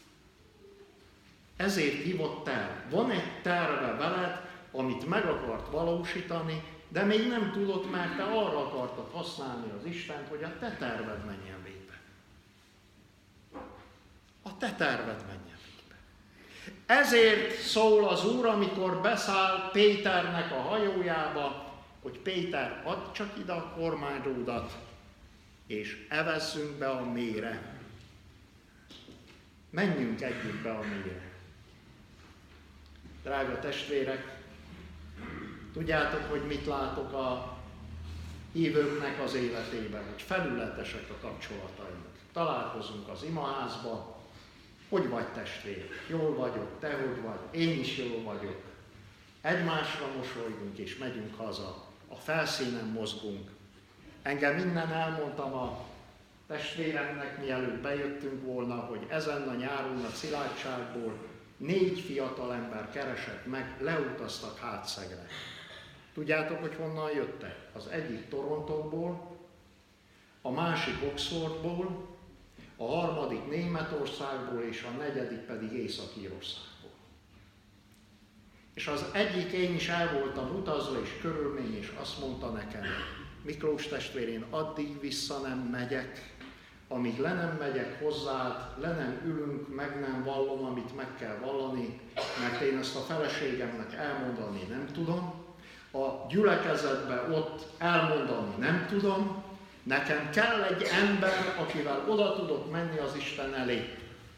Ezért hívott el. Van egy terve veled, amit meg akart valósítani, de még nem tudod, mert te arra akartad használni az Istent, hogy a te terved menjen végbe. A te terved menjen végbe. Ezért szól az Úr, amikor beszáll Péternek a hajójába, hogy Péter, add csak ide a kormányródat, és evezzünk be a mélyre. Menjünk együtt be a mélyre. Drága testvérek, tudjátok, hogy mit látok a hívőknek az életében, hogy felületesek a kapcsolataink. Találkozunk az imaházba, hogy vagy testvér? Jól vagyok, te hogy vagy? Én is jól vagyok. Egymásra mosolygunk és megyünk haza. A felszínen mozgunk. Engem innen elmondtam a testvéremnek, mielőtt bejöttünk volna, hogy ezen a nyáron a Szilágyságból négy fiatal ember keresett meg, leutaztak Hátszegre. Tudjátok, hogy honnan jöttek? Az egyik Torontóból, a másik Oxfordból, a harmadik Németországból, és a negyedik pedig Észak-Írországból. És az egyik, én is el voltam utazva és körülmény, és azt mondta nekem, Miklós testvér, én addig vissza nem megyek, amíg le nem megyek hozzád, le nem ülünk, meg nem vallom, amit meg kell vallani, mert én ezt a feleségemnek elmondani nem tudom, a gyülekezetben ott elmondani nem tudom, nekem kell egy ember, akivel oda tudok menni az Isten elé.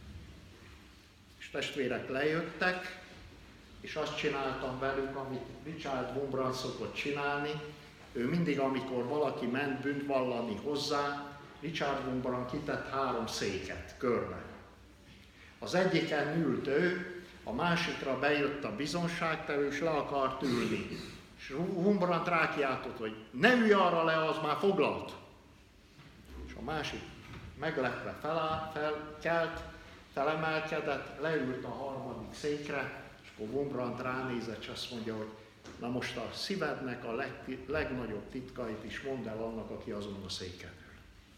És testvérek lejöttek, és azt csináltam velük, amit Richard Wurmbrand szokott csinálni. Ő mindig, amikor valaki ment bűnt vallani hozzá, Richard Wurmbrand kitett három széket körbe. Az egyiken ült ő, a másikra bejött a bizonságtevő, és le akart ülni. És Wurmbrand rákiáltott, hogy ne ülj arra le, az már foglalt. És a másik meglepve feláll, felkelt, felemelkedett, leült a harmadik székre, és akkor Wurmbrand ránézett, és azt mondja, hogy na most a szívednek a leg, legnagyobb titkait is mondd el annak, aki azon a széken ül.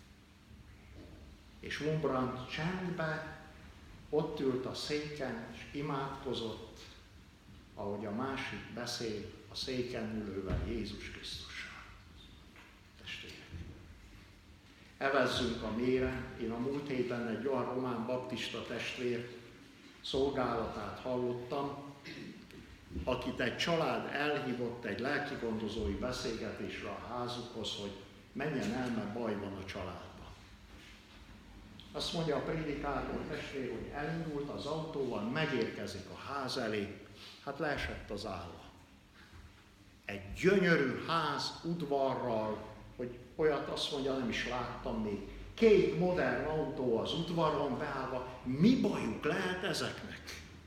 És Wurmbrand csendbe ott ült a széken, és imádkozott, ahogy a másik beszél a széken ülővel, Jézus Krisztussal. Testvérek! Evezzünk a mélyre. Én a múlt héten egy olyan román baptista testvér szolgálatát hallottam, akit egy család elhívott egy lelkigondozói beszélgetésre a házukhoz, hogy menjen el, mert baj van a családban. Azt mondja a prédikátor testvér, hogy elindult az autóval, megérkezik a ház elé, hát leesett az álla. Egy gyönyörű ház udvarral, hogy olyat azt mondja, nem is láttam még. Két modern autó az udvaron beállva, mi bajuk lehet ezeknek?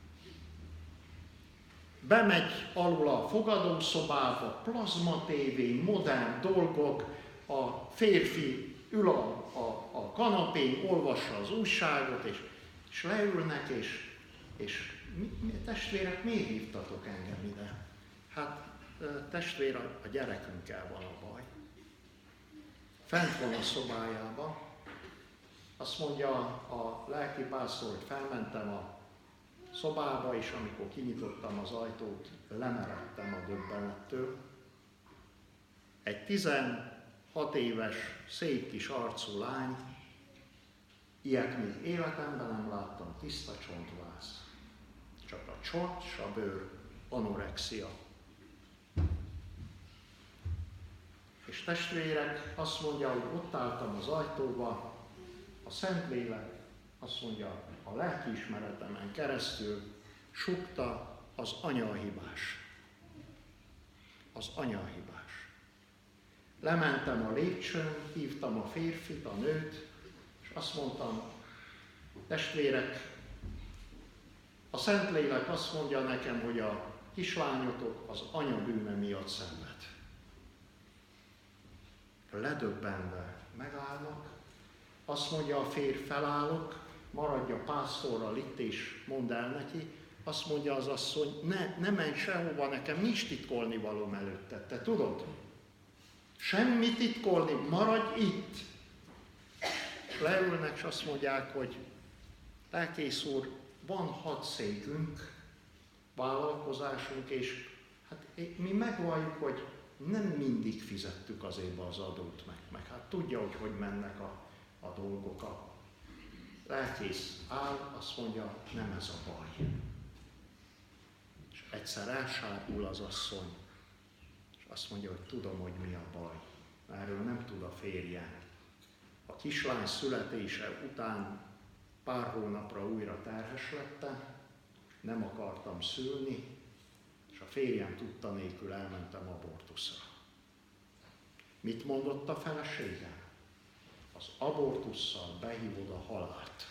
Bemegy alul a fogadószobába, plazma tévé, modern dolgok, a férfi ül a, a, a kanapén, olvassa az újságot, és, és leülnek, és, és mi, mi, testvérek, miért hívtatok engem ide? Hát testvér, a gyerekünkkel van a baj. Fent van a szobájában, azt mondja a lelkipásztor, hogy felmentem a szobába, és amikor kinyitottam az ajtót, lemeredtem a döbbenettől. Egy tizenhat éves, szép kis arcú lány, ilyet még életemben nem láttam, tiszta csontváz. Csak a csont s a bőr, anorexia. És testvérek, azt mondja, hogy ott álltam az ajtóba, a Szentlélek azt mondja, a lelkiismeretemen keresztül sukta az anya hibás. Az anya hibás. Lementem a lépcsőn, hívtam a férfit, a nőt, és azt mondtam, testvérek, a Szentlélek azt mondja nekem, hogy a kislányotok az anya bűne miatt szenved. Ledöbbenve megállnak, azt mondja a férj, felállok, maradj a pásztorral itt, és mondd el neki, azt mondja az asszony, ne, ne menj sehova, nekem nincs titkolni valóm előtte. Te tudod? Semmi titkolni, maradj itt. És leülnek, és azt mondják, hogy lelkész úr, van hat székünk, vállalkozásunk, és hát mi megvalljuk, hogy nem mindig fizettük azért az adót meg, meg hát tudja, hogy hogy mennek a, a dolgok. A lelkész áll, azt mondja, nem ez a baj. És egyszer elsárgul az asszony, és azt mondja, hogy tudom, hogy mi a baj. Erről nem tud a férje. A kislány születése után pár hónapra újra terhes lettem, nem akartam szülni, és a férjem tudta nélkül elmentem abortuszra. Mit mondott a feleségem? Az abortusszal behívod a halált.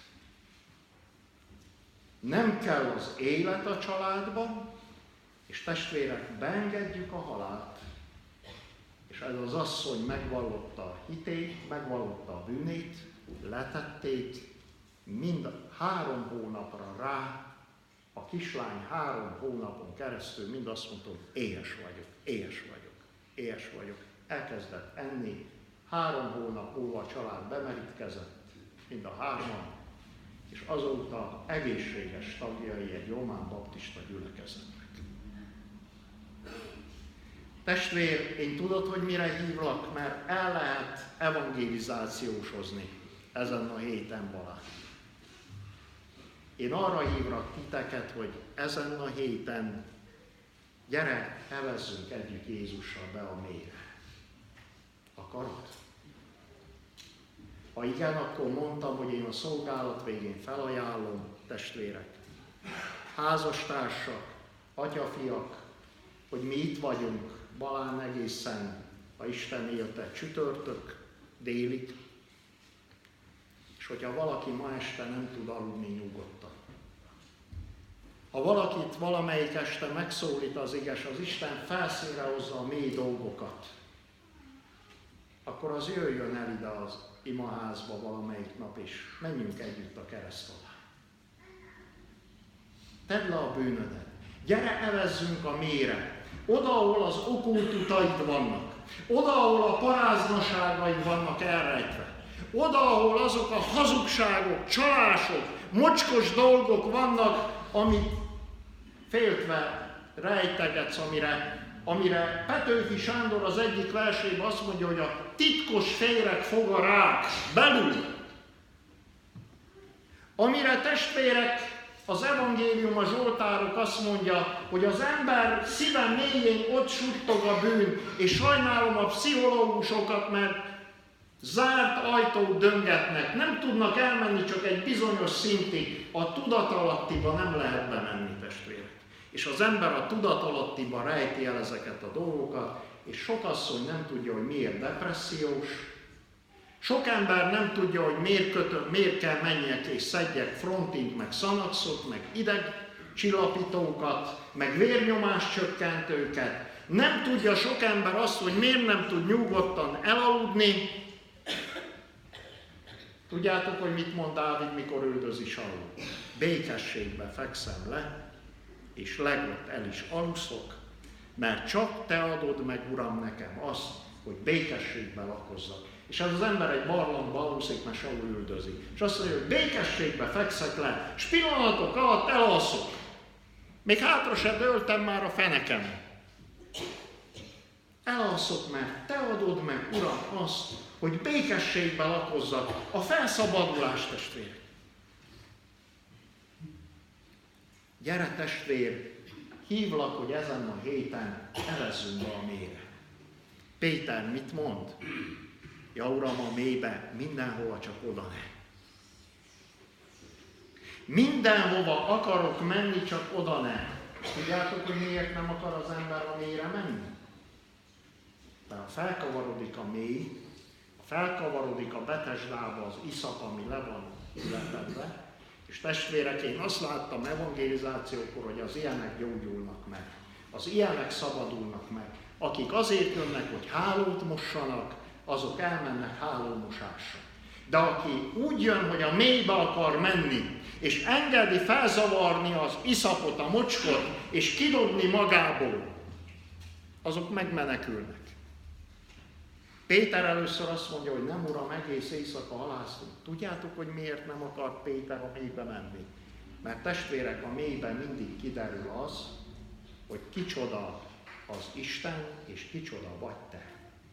Nem kell az élet a családban, és testvérek, beengedjük a halált. És ez az asszony megvallotta a hitét, megvallotta a bűnét, letették, mind három hónapra rá, a kislány három hónapon keresztül mind azt mondta, hogy éhes vagyok, éhes vagyok, éhes vagyok. Elkezdett enni, három hónap múlva a család bemerítkezett, mind a hárman, és azóta egészséges tagjai egy román baptista gyülekezetnek. Testvér, én tudod, hogy mire hívlak, mert el lehet evangelizációsozni ezen a héten Balázs. Én arra hívlak titeket, hogy ezen a héten gyere, evezzünk együtt Jézussal be a mélyre. Akarod? Ha igen, akkor mondtam, hogy én a szolgálat végén felajánlom, testvérek, házastársak, atyafiak, hogy mi itt vagyunk Balán egészen, ha Isten élte, csütörtök délig, és hogyha valaki ma este nem tud aludni nyugodtan. Ha valakit valamelyik este megszólít az iges, az Isten felszínre hozza a mély dolgokat, akkor az jöjjön el ide az imaházba valamelyik nap, és menjünk együtt a kereszt alá. Tedd le a bűnödet. Gyere, evezzünk a mélyre. Oda, ahol az okkult utaid vannak. Oda, ahol a paráznaságaid vannak elrejtve. Oda, ahol azok a hazugságok, csalások, mocskos dolgok vannak, amit féltve rejtegetsz, amire, amire Petőfi Sándor az egyik versében azt mondja, hogy a titkos féreg fog a rák belül. Amire testvérek, az evangélium, a zsoltárok azt mondja, hogy az ember szíve mélyén ott suttog a bűn, és sajnálom a pszichológusokat, mert zárt ajtót döngetnek, nem tudnak elmenni csak egy bizonyos szintig, a tudatalattiba nem lehet bemenni, testvérek. És az ember a tudatalattiba rejti el ezeket a dolgokat, és sok asszony nem tudja, hogy miért depressziós, sok ember nem tudja, hogy miért, kötö, miért kell menjek és szedjek frontint, meg szanaxot, meg idegcsillapítókat, meg vérnyomás csökkentőket. Nem tudja sok ember azt, hogy miért nem tud nyugodtan elaludni. Tudjátok, hogy mit mond Dávid, mikor üldözi Saul? Békességbe fekszem le, és leglott el is aluszok, mert csak te adod meg, Uram, nekem azt, hogy békességben lakozzak. És ez az ember egy barlangba aluszik, mert Saul üldözi. És azt mondja, hogy békességbe fekszek le, és pillanatok alatt elalszok. Még hátra se dőltem már a fenekem. Elalszok, mert te adod meg, Uram, azt, hogy békességbe lakozzak, a felszabadulás, testvérek. Gyere, testvér, hívlak, hogy ezen a héten evezzünk be a mélyre. Péter mit mond? Ja, Uram, a mélybe, mindenhova, csak oda ne. Mindenhova akarok menni, csak oda ne. Tudjátok, hogy miért nem akar az ember a mélyre menni? Mert ha felkavarodik a mély, ha felkavarodik a Betesdába az iszap, ami le van ületedve, és testvérek, én azt láttam evangelizációkor, hogy az ilyenek gyógyulnak meg. Az ilyenek szabadulnak meg. Akik azért jönnek, hogy hálót mossanak, azok elmennek hálómosásra. De aki úgy jön, hogy a mélybe akar menni, és engedi felzavarni az iszapot, a mocskot, és kidobni magából, azok megmenekülnek. Péter először azt mondja, hogy nem uram, egész éjszaka halásztunk. Tudjátok, hogy miért nem akart Péter a mélybe menni? Mert testvérek, a mélyben mindig kiderül az, hogy kicsoda az Isten, és kicsoda vagy te.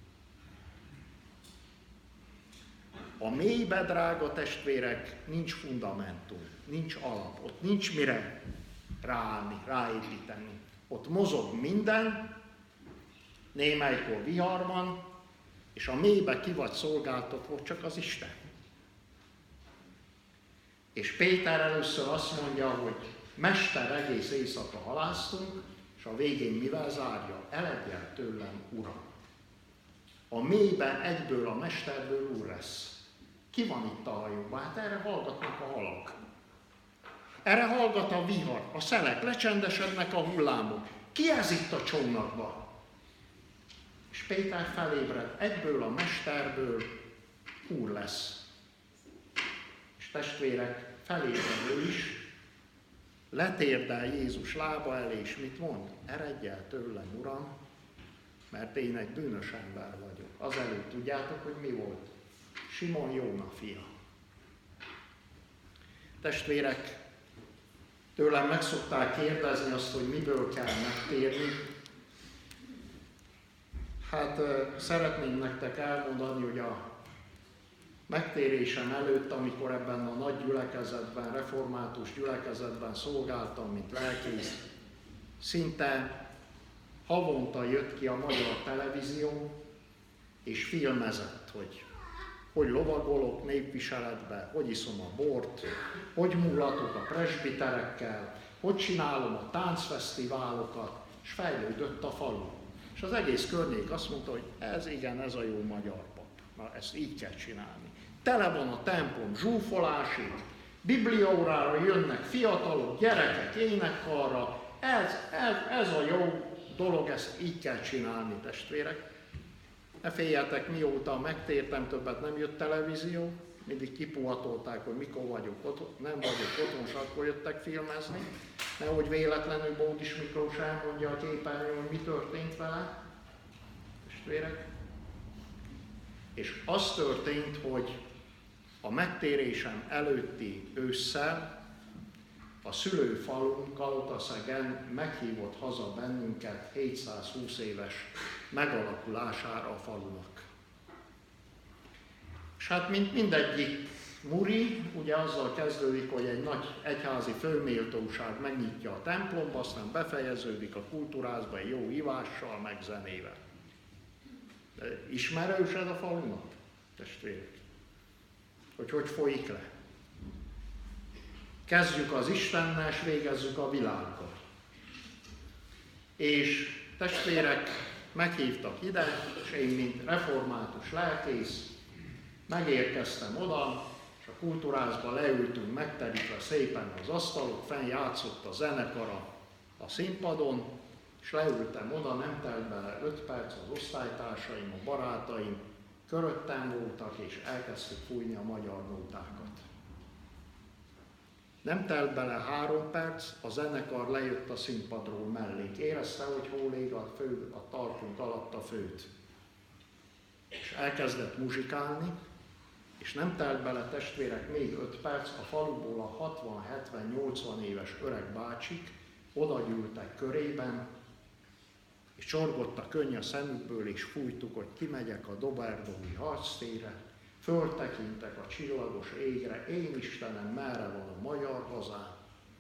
A mélybe, drága testvérek, nincs fundamentum, nincs alap, ott nincs mire ráállni, ráépíteni. Ott mozog minden, némelykor vihar van, és a mélybe ki vagy szolgáltatva csak az Isten. És Péter először azt mondja, hogy Mester, egész éjszaka halásztunk, és a végén mivel zárja? Eledj el tőlem, Uram. A mélyben egyből a Mesterből Úr lesz. Ki van itt a hajóban? Hát erre hallgatnak a halak. Erre hallgat a vihar, a szelek, lecsendesednek a hullámok. Ki ez itt a csónakban? És Péter felébred, egyből a Mesterből Úr lesz. És testvérek, felébredő is, letérdel Jézus lába elé, és mit mond? Eredj el tőlem, Uram, mert én egy bűnös ember vagyok. Azelőtt tudjátok, hogy mi volt? Simon Jóna fia. Testvérek, tőlem meg szokták kérdezni azt, hogy miből kell megtérni. Hát szeretném nektek elmondani, hogy a megtérésem előtt, amikor ebben a nagy gyülekezetben, református gyülekezetben szolgáltam, mint lelkész, szinte havonta jött ki a magyar televízió, és filmezett, hogy hogy lovagolok népviseletbe, hogy iszom a bort, hogy múlatok a presbiterekkel, hogy csinálom a táncfesztiválokat, és fejlődött a falu. És az egész környék azt mondta, hogy ez igen, ez a jó magyar pap. Na, ezt így kell csinálni. Tele van a templom zsúfolásig, bibliaórára jönnek fiatalok, gyerekek énekkarra, ez, ez, ez a jó dolog, ezt így kell csinálni, testvérek. Ne féljetek, mióta megtértem, többet nem jött televízió, mindig kipuhatolták, hogy mikor vagyok otthon, nem vagyok otthon, és akkor jöttek filmezni. Nehogy véletlenül Bódis Miklós elmondja a képernyőn, hogy mi történt vele, testvérek. És az történt, hogy a megtérésem előtti ősszel a szülőfalunk Kalotaszegen meghívott haza bennünket hétszázhúsz éves megalakulására a falunak. És hát mint mindegyik muri, ugye azzal kezdődik, hogy egy nagy egyházi főméltóság megnyitja a templomba, aztán befejeződik a kultúrázba egy jó ivással, meg zenével. De ismerős ez a falunak, testvérek? Hogy hogy folyik le? Kezdjük az Istennel, és végezzük a világgal. És testvérek meghívtak ide, és én, mint református lelkész, megérkeztem oda, és a kultúrázba leültünk megterítve szépen az asztalok, fenn játszott a zenekara a színpadon, és leültem oda, nem telt bele öt perc, az osztálytársaim, a barátaim köröttem voltak, és elkezdtük fújni a magyar nótákat. Nem telt bele három perc, a zenekar lejött a színpadról mellénk. Érezte, hogy hol ég a, fő, a talpunk alatt a főt. És elkezdett muzsikálni, és nem telt bele, testvérek, még öt perc, a faluból a hatvan, hetven, nyolcvan éves öreg bácsik oda gyűltek körében, és csorgott a könny a szemükből, és fújtuk, hogy kimegyek a doberdói harctérre, föltekintek a csillagos égre, én Istenem, merre van a magyar hazám.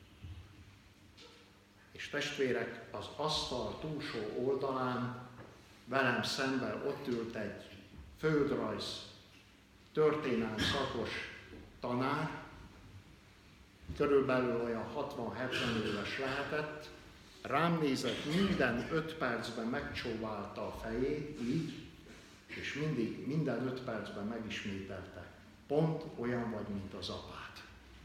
És testvérek, az asztal túlsó oldalán velem szemben ott ült egy földrajz, történelmi szakos tanár, körülbelül olyan hatvan-hetven éves lehetett, rám nézett, minden öt percben megcsóválta a fejét, így, és mindig, minden öt percben megismételte. Pont olyan vagy, mint az apád.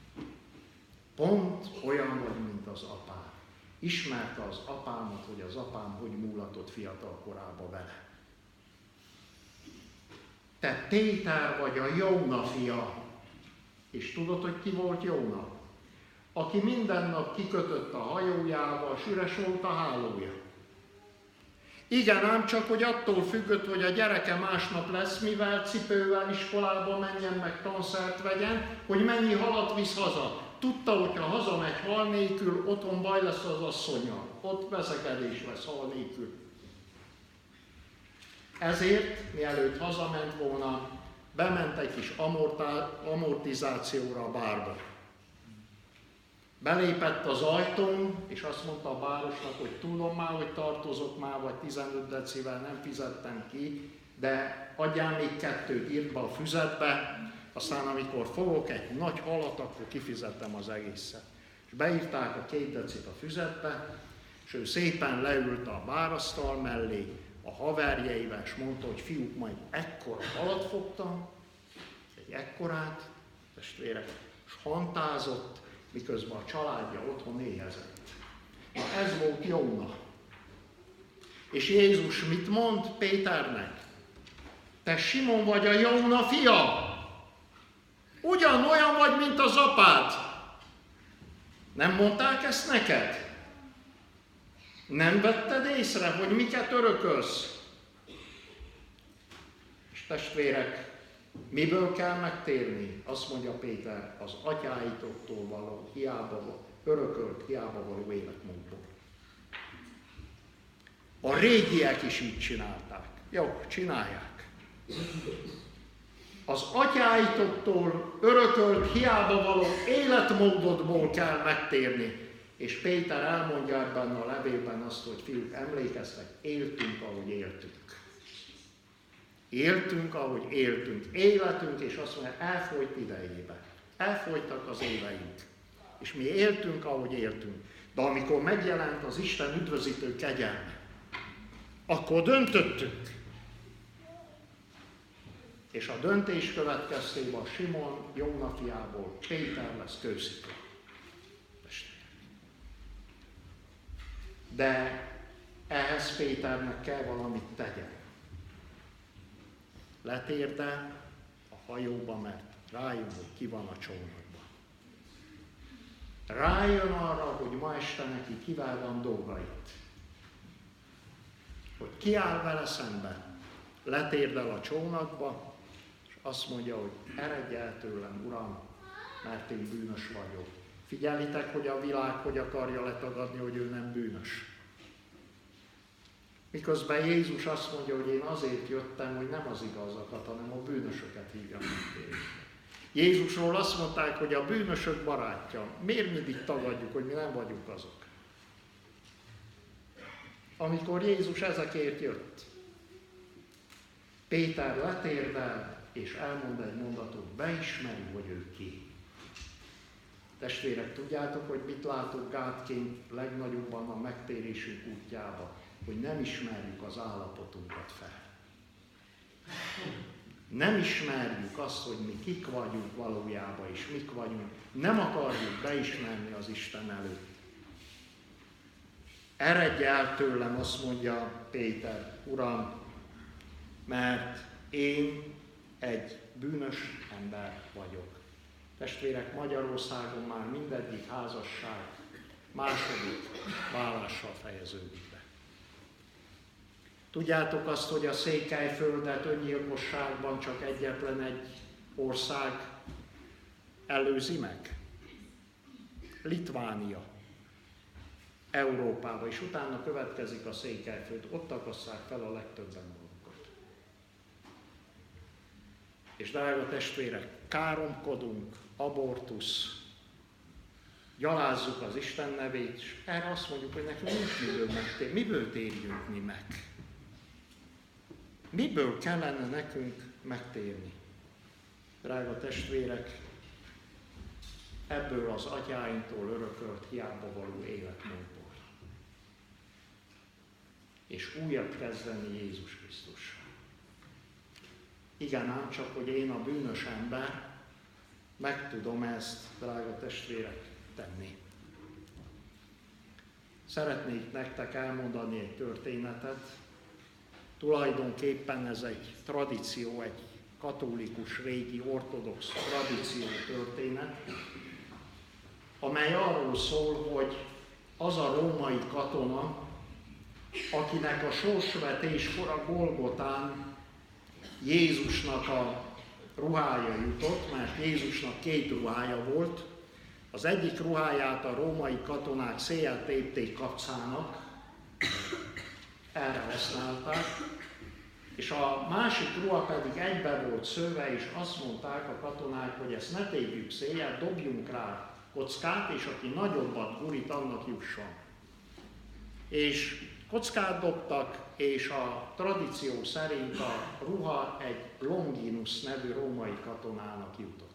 Pont olyan vagy, mint az apád. Ismerte az apámat, hogy az apám hogy múlatott fiatal korában vele. te Péter vagy a Jóna fia. És tudod, hogy ki volt Jóna? Aki minden nap kikötött a hajójába, és üres volt a hálója. Igen, ám csak, hogy attól függött, hogy a gyereke másnap lesz, mivel cipővel iskolába menjen, meg tanszert vegyen, hogy mennyi halat visz haza. Tudta, hogy ha hazamegy hal nélkül, otthon baj lesz az asszonnyal. Ott veszekedés lesz hal nélkül. Ezért, mielőtt hazament volna, bement egy kis amortizációra a bárba. Belépett az ajtón, és azt mondta a bárosnak, hogy tudom már, hogy tartozok már, vagy tizenöt decivel nem fizettem ki, de adjál még kettőt, írt be a füzetbe, aztán amikor fogok egy nagy halat, akkor kifizettem az egészet. És beírták a két decit a füzetbe, és ő szépen leült a bárasztal mellé, a haverjeivel, és mondta, hogy fiúk, majd ekkora halat fogtam, egy ekkorát, testvérek, és hantázott, miközben a családja otthon éhezett. Na ez volt Jóna. És Jézus mit mond Péternek? Te Simon vagy a Jóna fia. Ugyanolyan vagy, mint az apád. Nem mondták ezt neked? Nem vetted észre, hogy miket örökölsz? És testvérek, miből kell megtérni? Azt mondja Péter, az atyáitoktól való, hiába örökölt, hiába való életmódból. A régiek is így csinálták. Jó, csinálják. Az atyáitoktól örökölt, hiába való életmódodból kell megtérni. És Péter elmondja ebben a levélben azt, hogy fiúk, emlékeztek, éltünk, ahogy éltünk. Éltünk, ahogy éltünk. Életünk, és azt mondja, elfolyt idejébe. Elfolytak az éveink. És mi éltünk, ahogy éltünk. De amikor megjelent az Isten üdvözítő kegyelme, akkor döntöttünk. És a döntés következtében a Simon Jóna fiából Péter lesz kőszikla. De ehhez Péternek kell valamit tegyen. Letérdel a hajóba, mert rájön, hogy ki van a csónakban. Rájön arra, hogy ma este neki kivel van dolga itt. Hogy kiáll vele szemben. Letérdel a csónakba, és azt mondja, hogy eredj el tőlem, Uram, mert én bűnös vagyok. Figyelitek, hogy a világ hogy akarja letagadni, hogy ő nem bűnös. Miközben Jézus azt mondja, hogy én azért jöttem, hogy nem az igazakat, hanem a bűnösöket hívjam meg. Jézusról azt mondták, hogy a bűnösök barátja. Miért mindig tagadjuk, hogy mi nem vagyunk azok? Amikor Jézus ezekért jött, Péter letérdel, és elmond egy mondatot, beismeri, hogy ő ki. Testvérek, tudjátok, hogy mit látok gátként legnagyobban a megtérésünk útjába? Hogy nem ismerjük az állapotunkat fel. Nem ismerjük azt, hogy mi kik vagyunk valójában, és mik vagyunk. Nem akarjuk beismerni az Isten előtt. Eredj el tőlem, azt mondja Péter, Uram, mert én egy bűnös ember vagyok. Testvérek, Magyarországon már mindegyik házasság második válással fejeződik be. Tudjátok azt, hogy a Székelyföldet öngyilkosságban csak egyetlen egy ország előzi meg? Litvánia. Európába, és utána következik a Székelyföld. Ott akasszák fel a legtöbben magukat. És drága testvérek, káromkodunk, abortusz, gyalázzuk az Isten nevét, és erre azt mondjuk, hogy nekünk nincs miből megtérni. Miből térjünk mi meg? Miből kellene nekünk megtérni? Drága testvérek, ebből az atyáinktól örökölt hiába való életmódból. És újat kezdeni Jézus Krisztussal. Igen, ám csak, hogy én a bűnös ember meg tudom ezt, drága testvérek, tenni. Szeretnék nektek elmondani egy történetet. Tulajdonképpen ez egy tradíció, egy katolikus, régi, ortodox tradíció történet, amely arról szól, hogy az a római katona, akinek a sorsvetéskor a Golgotán Jézusnak a ruhája jutott, mert Jézusnak két ruhája volt. Az egyik ruháját a római katonák széjjel tépték kapcának, erre használták, és a másik ruha pedig egybe volt szőve, és azt mondták a katonák, hogy ezt ne tépjük széjjel, dobjunk rá kockát, és aki nagyobbat gurít, annak jusson. És kockát dobtak, és a tradíció szerint a ruha egy Longinus nevű római katonának jutott.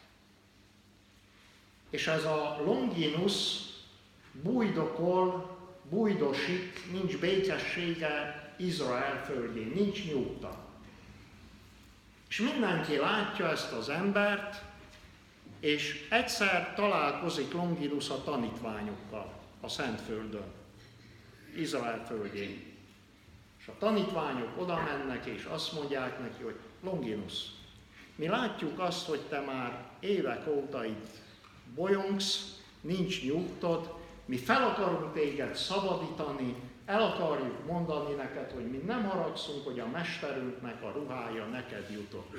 És ez a Longinus bújdokol, bújdosik, nincs békessége Izrael földjén, nincs nyugta. És mindenki látja ezt az embert, és egyszer találkozik Longinus a tanítványokkal a Szentföldön, Izrael földjén. És a tanítványok oda mennek, és azt mondják neki, hogy Longinus, mi látjuk azt, hogy te már évek óta itt bolyongsz, nincs nyugtod, mi fel akarunk téged szabadítani, el akarjuk mondani neked, hogy mi nem haragszunk, hogy a mesterünknek a ruhája neked jutott.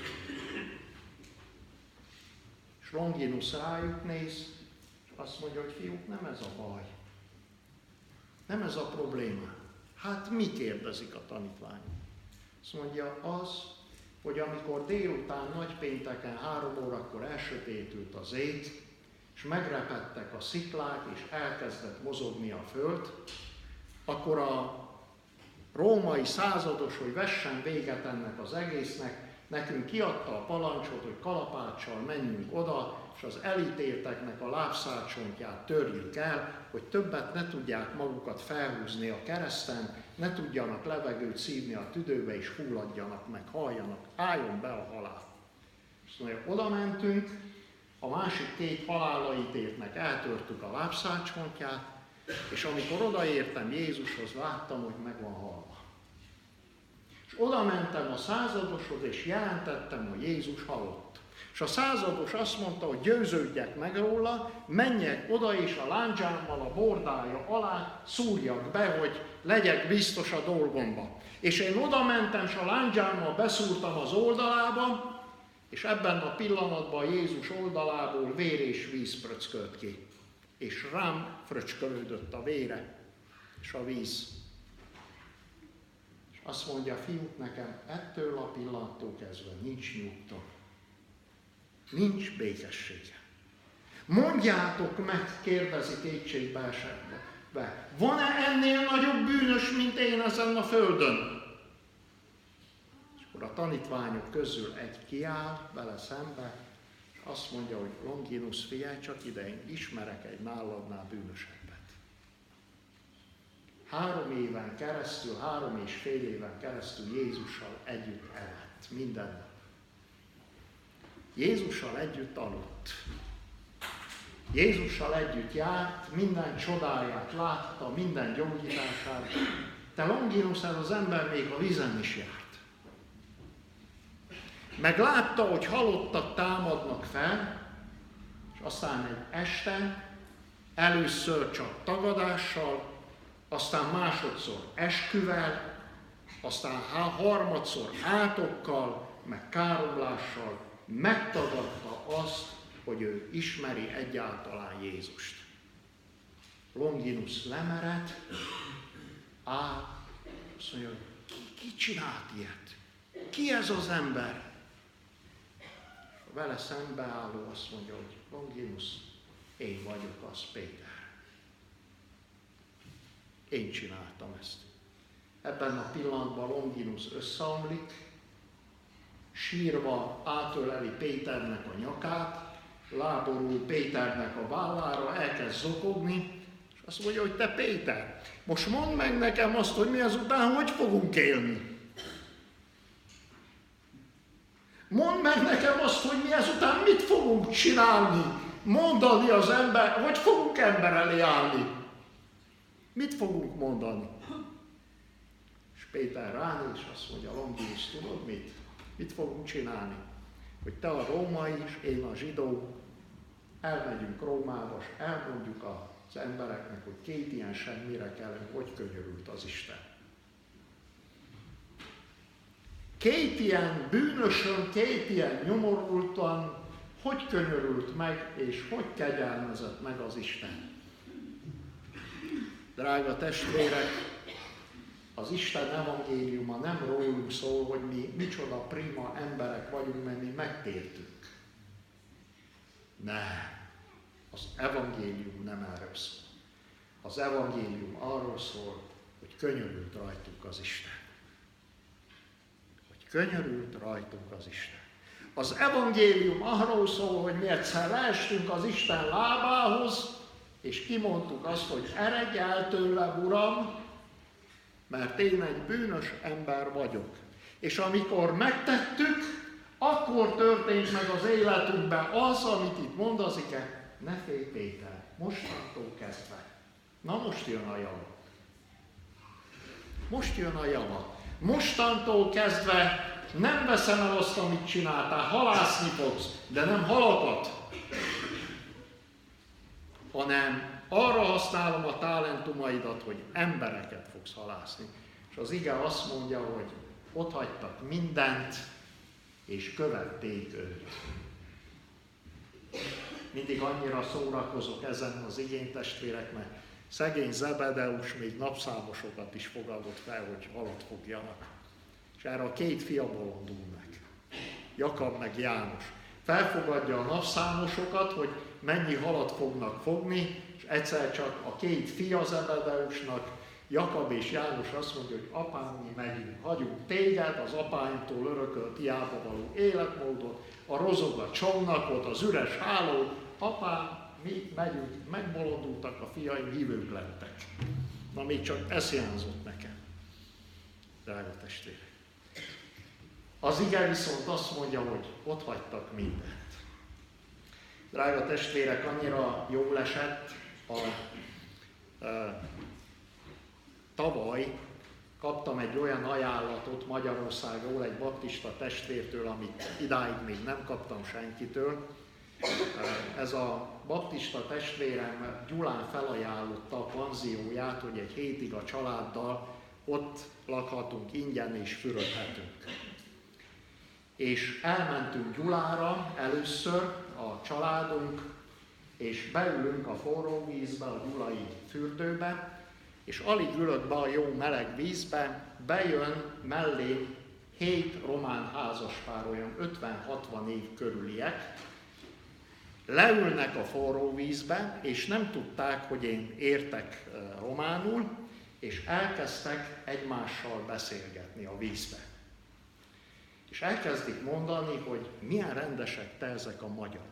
És Longinus rájuk néz, és azt mondja, hogy fiúk, nem ez a baj. Nem ez a probléma. Hát mi kérdezik a tanítványok? Azt mondja, az, hogy amikor délután nagypénteken három órakor elsötétült az ég, és megrepedtek a sziklák, és elkezdett mozogni a föld, akkor a római százados, hogy vessen véget ennek az egésznek, nekünk kiadta a parancsot, hogy kalapáccsal menjünk oda, és az elítélteknek a lábszárcsontját törjük el, hogy többet ne tudják magukat felhúzni a kereszten, ne tudjanak levegőt szívni a tüdőbe, és fulladjanak meg, halljanak, álljon be a halál. És mondja, oda mentünk, a másik két halálraítéltnek eltörtük a lábszárcsontját, és amikor odaértem Jézushoz, láttam, hogy meg van halva. És oda mentem a századoshoz, és jelentettem, hogy Jézus halott. És a százados azt mondta, hogy győződjek meg róla, menjek oda, és a láncsámmal a bordája alá szúrjak be, hogy legyek biztos a dolgomba. És én oda mentem, és a láncsámmal beszúrtam az oldalába, és ebben a pillanatban Jézus oldalából vér és víz fröckölt ki. És rám fröcskölődött a vére, és a víz. És azt mondja, fiúk, nekem ettől a pillanattól kezdve nincs nyugta. Nincs békessége. Mondjátok meg, kérdezi kétségbe esetbe. Van-e ennél nagyobb bűnös, mint én ezen a földön? És akkor a tanítványok közül egy kiáll vele szembe, és azt mondja, hogy Longinus, figyelj csak ide, én ismerek egy náladnál bűnösebbet. Három éven keresztül, három és fél éven keresztül Jézussal együtt evett minden nap. Jézussal együtt aludt. Jézussal együtt járt, minden csodáját látta, minden gyógyítását. De Longinus, ez az ember még a vízen is járt. Meg látta, hogy halottak támadnak fel, és aztán egy este, először csak tagadással, aztán másodszor esküvel, aztán harmadszor átokkal, meg káromlással megtagadta azt, hogy ő ismeri egyáltalán Jézust. Longinus lemered, áll, azt mondja, ki, ki csinált ilyet? Ki ez az ember? A vele szembeálló azt mondja, hogy Longinus, én vagyok az, Péter. Én csináltam ezt. Ebben a pillanatban Longinus összeomlik, sírva átöleli Péternek a nyakát, láborul Péternek a vállára, elkezd zokogni, és azt mondja, hogy te Péter, most mondd meg nekem azt, hogy mi azután hogy fogunk élni. Mondd meg nekem azt, hogy mi ezután mit fogunk csinálni, mondani az ember, hogy fogunk ember elé állni. Mit fogunk mondani? És Péter ránéz, és azt mondja, Longinus, tudod mit? Mit fogunk csinálni? Hogy te a római és én a zsidó, elmegyünk Rómába, és elmondjuk az embereknek, hogy két ilyen semmire kellene, hogy könyörült az Isten. Két ilyen bűnösön, két ilyen nyomorultan, hogy könyörült meg, és hogy kegyelmezett meg az Isten. Drága testvérek, az Isten evangéliuma nem rólunk szól, hogy mi micsoda prima emberek vagyunk, mert mi megtértünk. Nem. Az evangélium nem erről szól. Az evangélium arról szól, hogy könyörült rajtunk az Isten. Hogy könyörült rajtunk az Isten. Az evangélium arról szól, hogy mi egyszer leestünk az Isten lábához, és kimondtuk azt, hogy eredj el tőlem, Uram, mert én egy bűnös ember vagyok. És amikor megtettük, akkor történt meg az életünkben az, amit itt mond az ige, ne félj Péter, mostantól kezdve. Na most jön a java. Most jön a java. Mostantól kezdve nem veszem el azt, amit csináltál, halászni fogsz, de nem halakat, hanem arra használom a talentumaidat, hogy embereket fogsz halászni. És az ige azt mondja, hogy ott hagytak mindent, és követték őt. Mindig annyira szórakozok ezen az igény, testvérek, mert szegény Zebedeus még napszámosokat is fogadott fel, hogy halat fogjanak. És erre a két fia bolondul meg. Jakab meg János. Felfogadja a napszámosokat, hogy mennyi halat fognak fogni, és egyszer csak a két fia Zebedeusnak, Jakab és János azt mondja, hogy apám, mi megyünk, hagyunk téged, az apáimtól örökölt hiába való életmódot, a rozog a csónakot, az üres hálót, apám, mi megyünk, megbolondultak a fiaim, hívők lettek. Na még csak ez hiányzott nekem, drága testvérek. Az ige viszont azt mondja, hogy ott hagytak mindent. Drága testvérek, annyira jól esett, a, a, tavaly kaptam egy olyan ajánlatot Magyarországról, egy baptista testvértől, amit idáig még nem kaptam senkitől. Ez a baptista testvérem Gyulán felajánlotta a panzióját, hogy egy hétig a családdal ott lakhatunk ingyen és fürödhetünk. És elmentünk Gyulára először a családunk, és beülünk a forró vízbe, a gyulai fürdőbe, és alig ülök be a jó meleg vízbe, bejön mellé hét román házaspár, olyan ötven-hatvan év körüliek, leülnek a forró vízbe, és nem tudták, hogy én értek románul, és elkezdtek egymással beszélgetni a vízbe. És elkezdik mondani, hogy milyen rendesek te ezek a magyarok.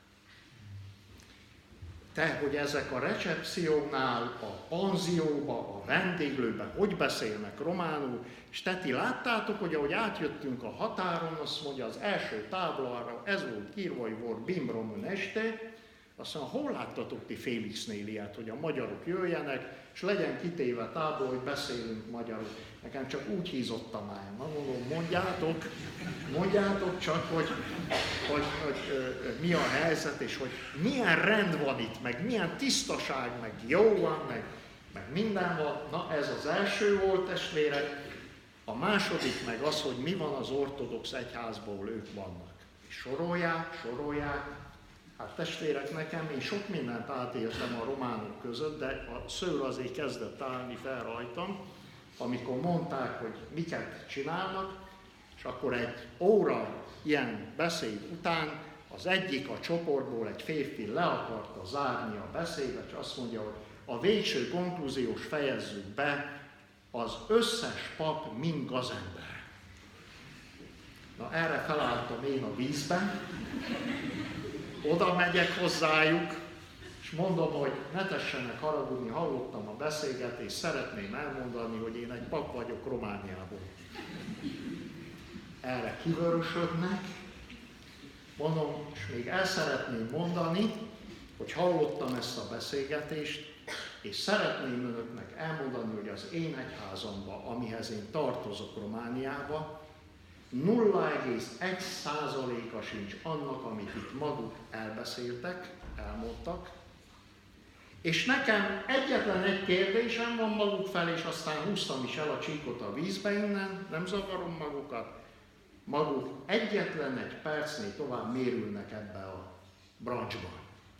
Te, hogy ezek a recepciónál, a panzióba, a vendéglőben hogy beszélnek románul, és te ti láttátok, hogy ahogy átjöttünk a határon, azt mondja az első táblára, ez volt írva, hogy volt Bim Român este, azt mondja, hol láttatok ti Félixnél ilyet, hogy a magyarok jöjjenek, és legyen kitéve tábla, hogy beszélünk magyarul. Nekem csak úgy hízott a májam. Na mondom, mondjátok, mondjátok csak, hogy, hogy, hogy ö, mi a helyzet, és hogy milyen rend van itt, meg milyen tisztaság, meg jó van, meg, meg minden van. Na ez az első volt, testvérek. A második meg az, hogy mi van az ortodox egyházból, ők vannak. És sorolják, sorolják. Hát testvérek, nekem, én sok mindent átéltem a románok között, de a szőr azért kezdett állni fel rajtam, amikor mondták, hogy miket csinálnak, és akkor egy óra ilyen beszéd után az egyik a csoportból egy férfi le akarta zárni a beszédet, és azt mondja, hogy a végső konklúziós fejezzük be, az összes pap mind gazember. Na erre felálltam én a vízben, oda megyek hozzájuk, és mondom, hogy ne tessenek haragudni, hallottam a beszélgetést, szeretném elmondani, hogy én egy pap vagyok Romániából. Erre kivörösödnek, mondom, és még el szeretném mondani, hogy hallottam ezt a beszélgetést, és szeretném önöknek elmondani, hogy az én egyházamba, amihez én tartozok Romániába, nulla egész egy százaléka sincs annak, amit itt maguk elbeszéltek, elmondtak. És nekem egyetlen egy kérdésem van maguk felé, és aztán húztam is el a csíkot a vízbe innen, nem zavarom magukat. Maguk egyetlen egy percnél tovább mérülnek ebbe a brancsban.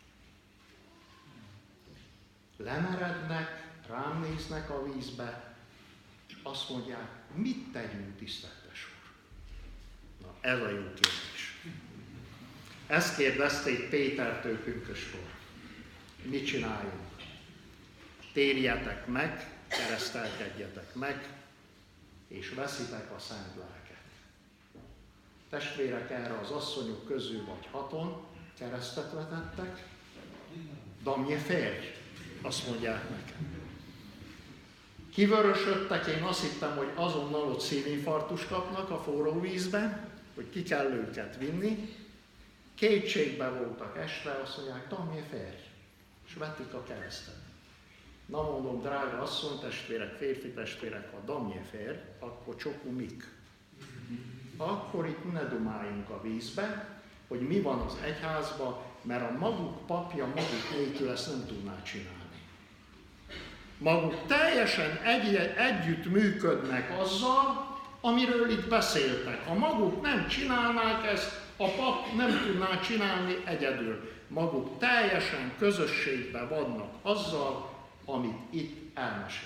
Lemerednek, rám néznek a vízbe, azt mondják, mit tegyünk, tiszteletes úr? Na, ez a jó kérdés. Ezt kérdezték Pétertől pünköskor. Mit csináljunk? Térjetek meg, keresztelkedjetek meg, és veszitek a szent lelket. Testvérek, erre az asszonyok közül vagy haton keresztet vetettek. Damje férj, azt mondják nekem. Kivörösödtek, én azt hittem, hogy azonnal ott szívinfarktus kapnak a forró vízben, hogy ki kell őket vinni. Kétségbe voltak este, azt mondják, damje férj, és vetik a keresztet. Na mondom, drága asszony, testvérek, férfi testvérek, ha damje férj, akkor csokumik. Akkor itt ne dumáljunk a vízbe, hogy mi van az egyházban, mert a maguk papja maguk nélkül ezt nem tudná csinálni. Maguk teljesen egy, együtt működnek azzal, amiről itt beszéltek. Ha maguk nem csinálnák ezt, a pap nem tudná csinálni egyedül. Maguk teljesen közösségben vannak azzal, amit itt elmeséltek.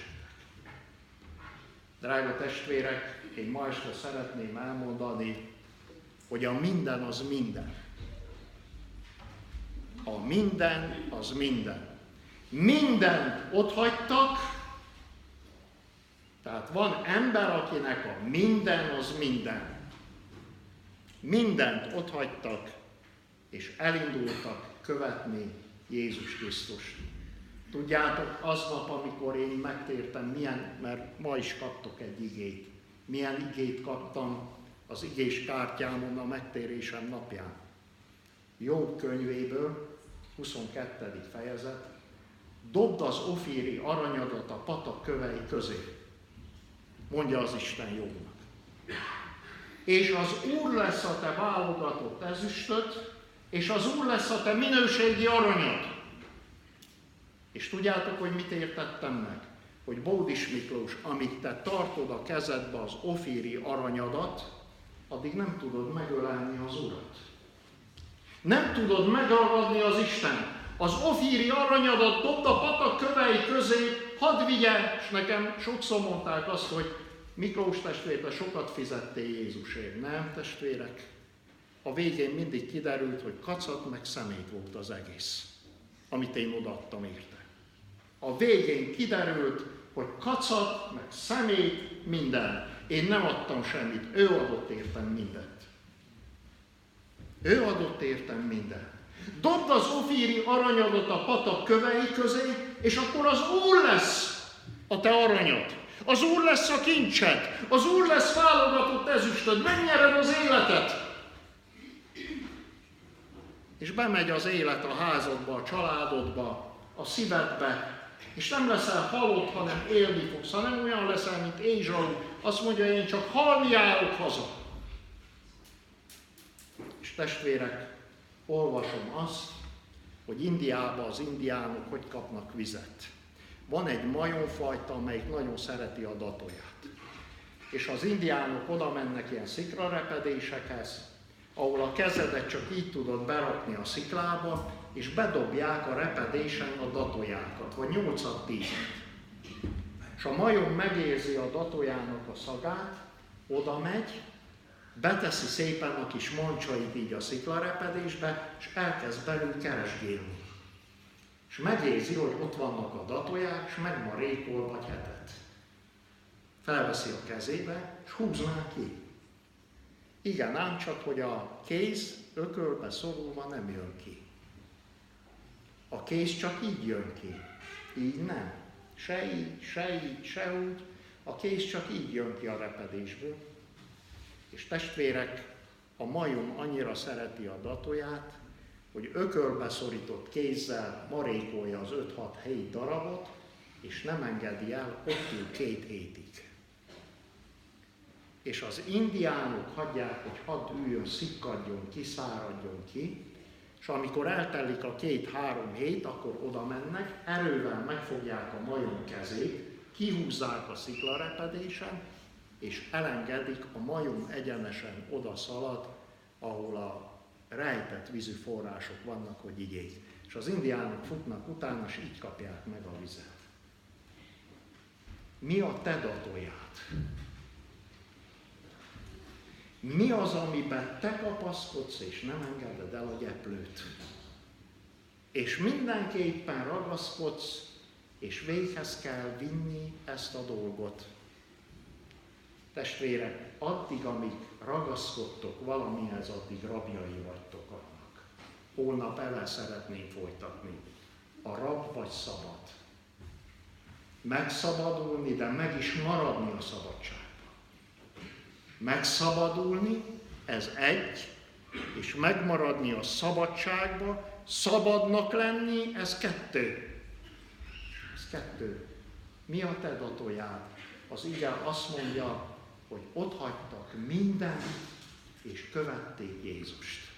Drága testvérek, én ma este szeretném elmondani, hogy a minden az minden. A minden az minden. Mindent otthagytak, tehát van ember, akinek a minden az minden. Mindent otthagytak, és elindultak követni Jézus Krisztust. Tudjátok, aznap, amikor én megtértem, milyen, mert ma is kaptok egy igét. Milyen igét kaptam az igés kártyámon a megtérésem napján. Jobb könyvéből, huszonkettedik fejezet, dobd az ofíri aranyadat a patak kövei közé, mondja az Isten Jobbnak. És az Úr lesz a te válogatott ezüstöd, és az Úr lesz a te minőségi aranyad. És tudjátok, hogy mit értettem meg? Hogy Bódis Miklós, amíg te tartod a kezedbe az ofíri aranyadat, addig nem tudod megölelni az Urat. Nem tudod megragadni az Istent. Az ofíri aranyadat dobd a patak kövei közé, hadd vigye, és nekem sokszor mondták azt, hogy Miklós testvér, te sokat fizettél Jézusért. Nem, testvérek? A végén mindig kiderült, hogy kacat meg szemét volt az egész, amit én odaadtam érte. A végén kiderült, hogy kacat, meg szemét, minden. Én nem adtam semmit, ő adott értem mindent. Ő adott értem mindent. Dobd az ofíri aranyadat a patak kövei közé, és akkor az Úr lesz a te aranyad. Az Úr lesz a kincsed. Az Úr lesz válogatott ezüstöd. Megnyered az életet. És bemegy az élet a házadba, a családodba, a szívedbe, és nem leszel halott, hanem élni fogsz, hanem olyan leszel, mint Ézsau. Azt mondja, én csak halni járok haza. És testvérek, olvasom azt, hogy Indiában az indiánok hogy kapnak vizet. Van egy majomfajta, amelyik nagyon szereti a datóját. És az indiánok oda mennek ilyen szikrarepedésekhez, ahol a kezedet csak így tudod berakni a sziklába, és bedobják a repedésen a datójákat, vagy nyolcat-tízet. És a majom megérzi a datójának a szagát, oda megy, beteszi szépen a kis mancsait így a sziklarepedésbe, és elkezd belül keresgélni. És megérzi, hogy ott vannak a datóják, és meg van rékolva egy hetet. Felveszi a kezébe, és húzná ki. Igen, ám csak, hogy a kéz ökölbe szorulva nem jön ki. A kéz csak így jön ki. Így nem. Se így, se így, se úgy. A kéz csak így jön ki a repedésből. És testvérek, a majom annyira szereti a datóját, hogy ökölbe szorított kézzel marékolja az öt-hat-hét darabot, és nem engedi el, ott ül két hétig. és az indiánok hagyják, hogy hadd üljön, szikkadjon ki, száradjon ki, és amikor eltelik a két-három hét, akkor oda mennek, erővel megfogják a majom kezét, kihúzzák a sziklarepedésen, és elengedik, a majom egyenesen oda szalad, ahol a rejtett vízű források vannak, hogy igyék. És az indiánok futnak utána, és így kapják meg a vizet. Mi a te datójád? Mi az, amiben te kapaszkodsz, és nem engeded el a gyeplőt? És mindenképpen ragaszkodsz, és véghez kell vinni ezt a dolgot. Testvérek, addig, amíg ragaszkodtok valamihez, addig rabjai vagytok annak. Holnap ele szeretném folytatni. A rab vagy szabad. Megszabadulni, de meg is maradni a szabadságban. Megszabadulni, ez egy, és megmaradni a szabadságba, szabadnak lenni, ez kettő. Ez kettő. Mi a te datójád? Az ige azt mondja, hogy ott hagytak mindent, és követték Jézust.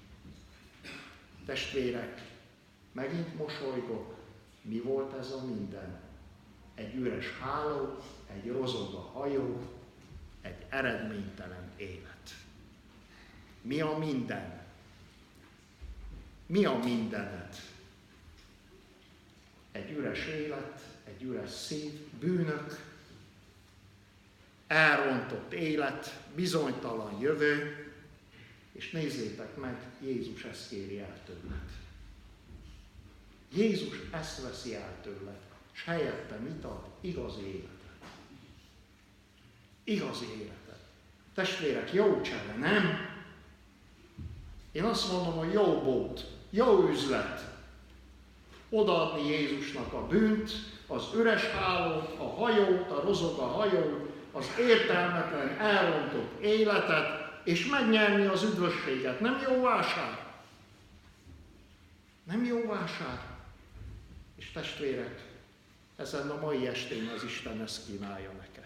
Testvérek, megint mosolygok, mi volt ez a minden? Egy üres háló, egy rozog a hajó, egy eredménytelen élet. Mi a minden? Mi a mindened? Egy üres élet, egy üres szív, bűnök, elrontott élet, bizonytalan jövő, és nézzétek meg, Jézus ezt kéri el tőled. Jézus ezt veszi el tőled, és helyette mit ad? Igazi életet. Igazi életet. Testvérek, jó csere, nem? Én azt mondom, hogy jó bót, jó üzlet. Odaadni Jézusnak a bűnt, az üres hálót, a hajót, a rozog a hajót, az értelmetlen, elrontott életet, és megnyerni az üdvösséget. Nem jó vásár? Nem jó vásár? És testvérek, ezen a mai estén az Isten ezt kínálja neked.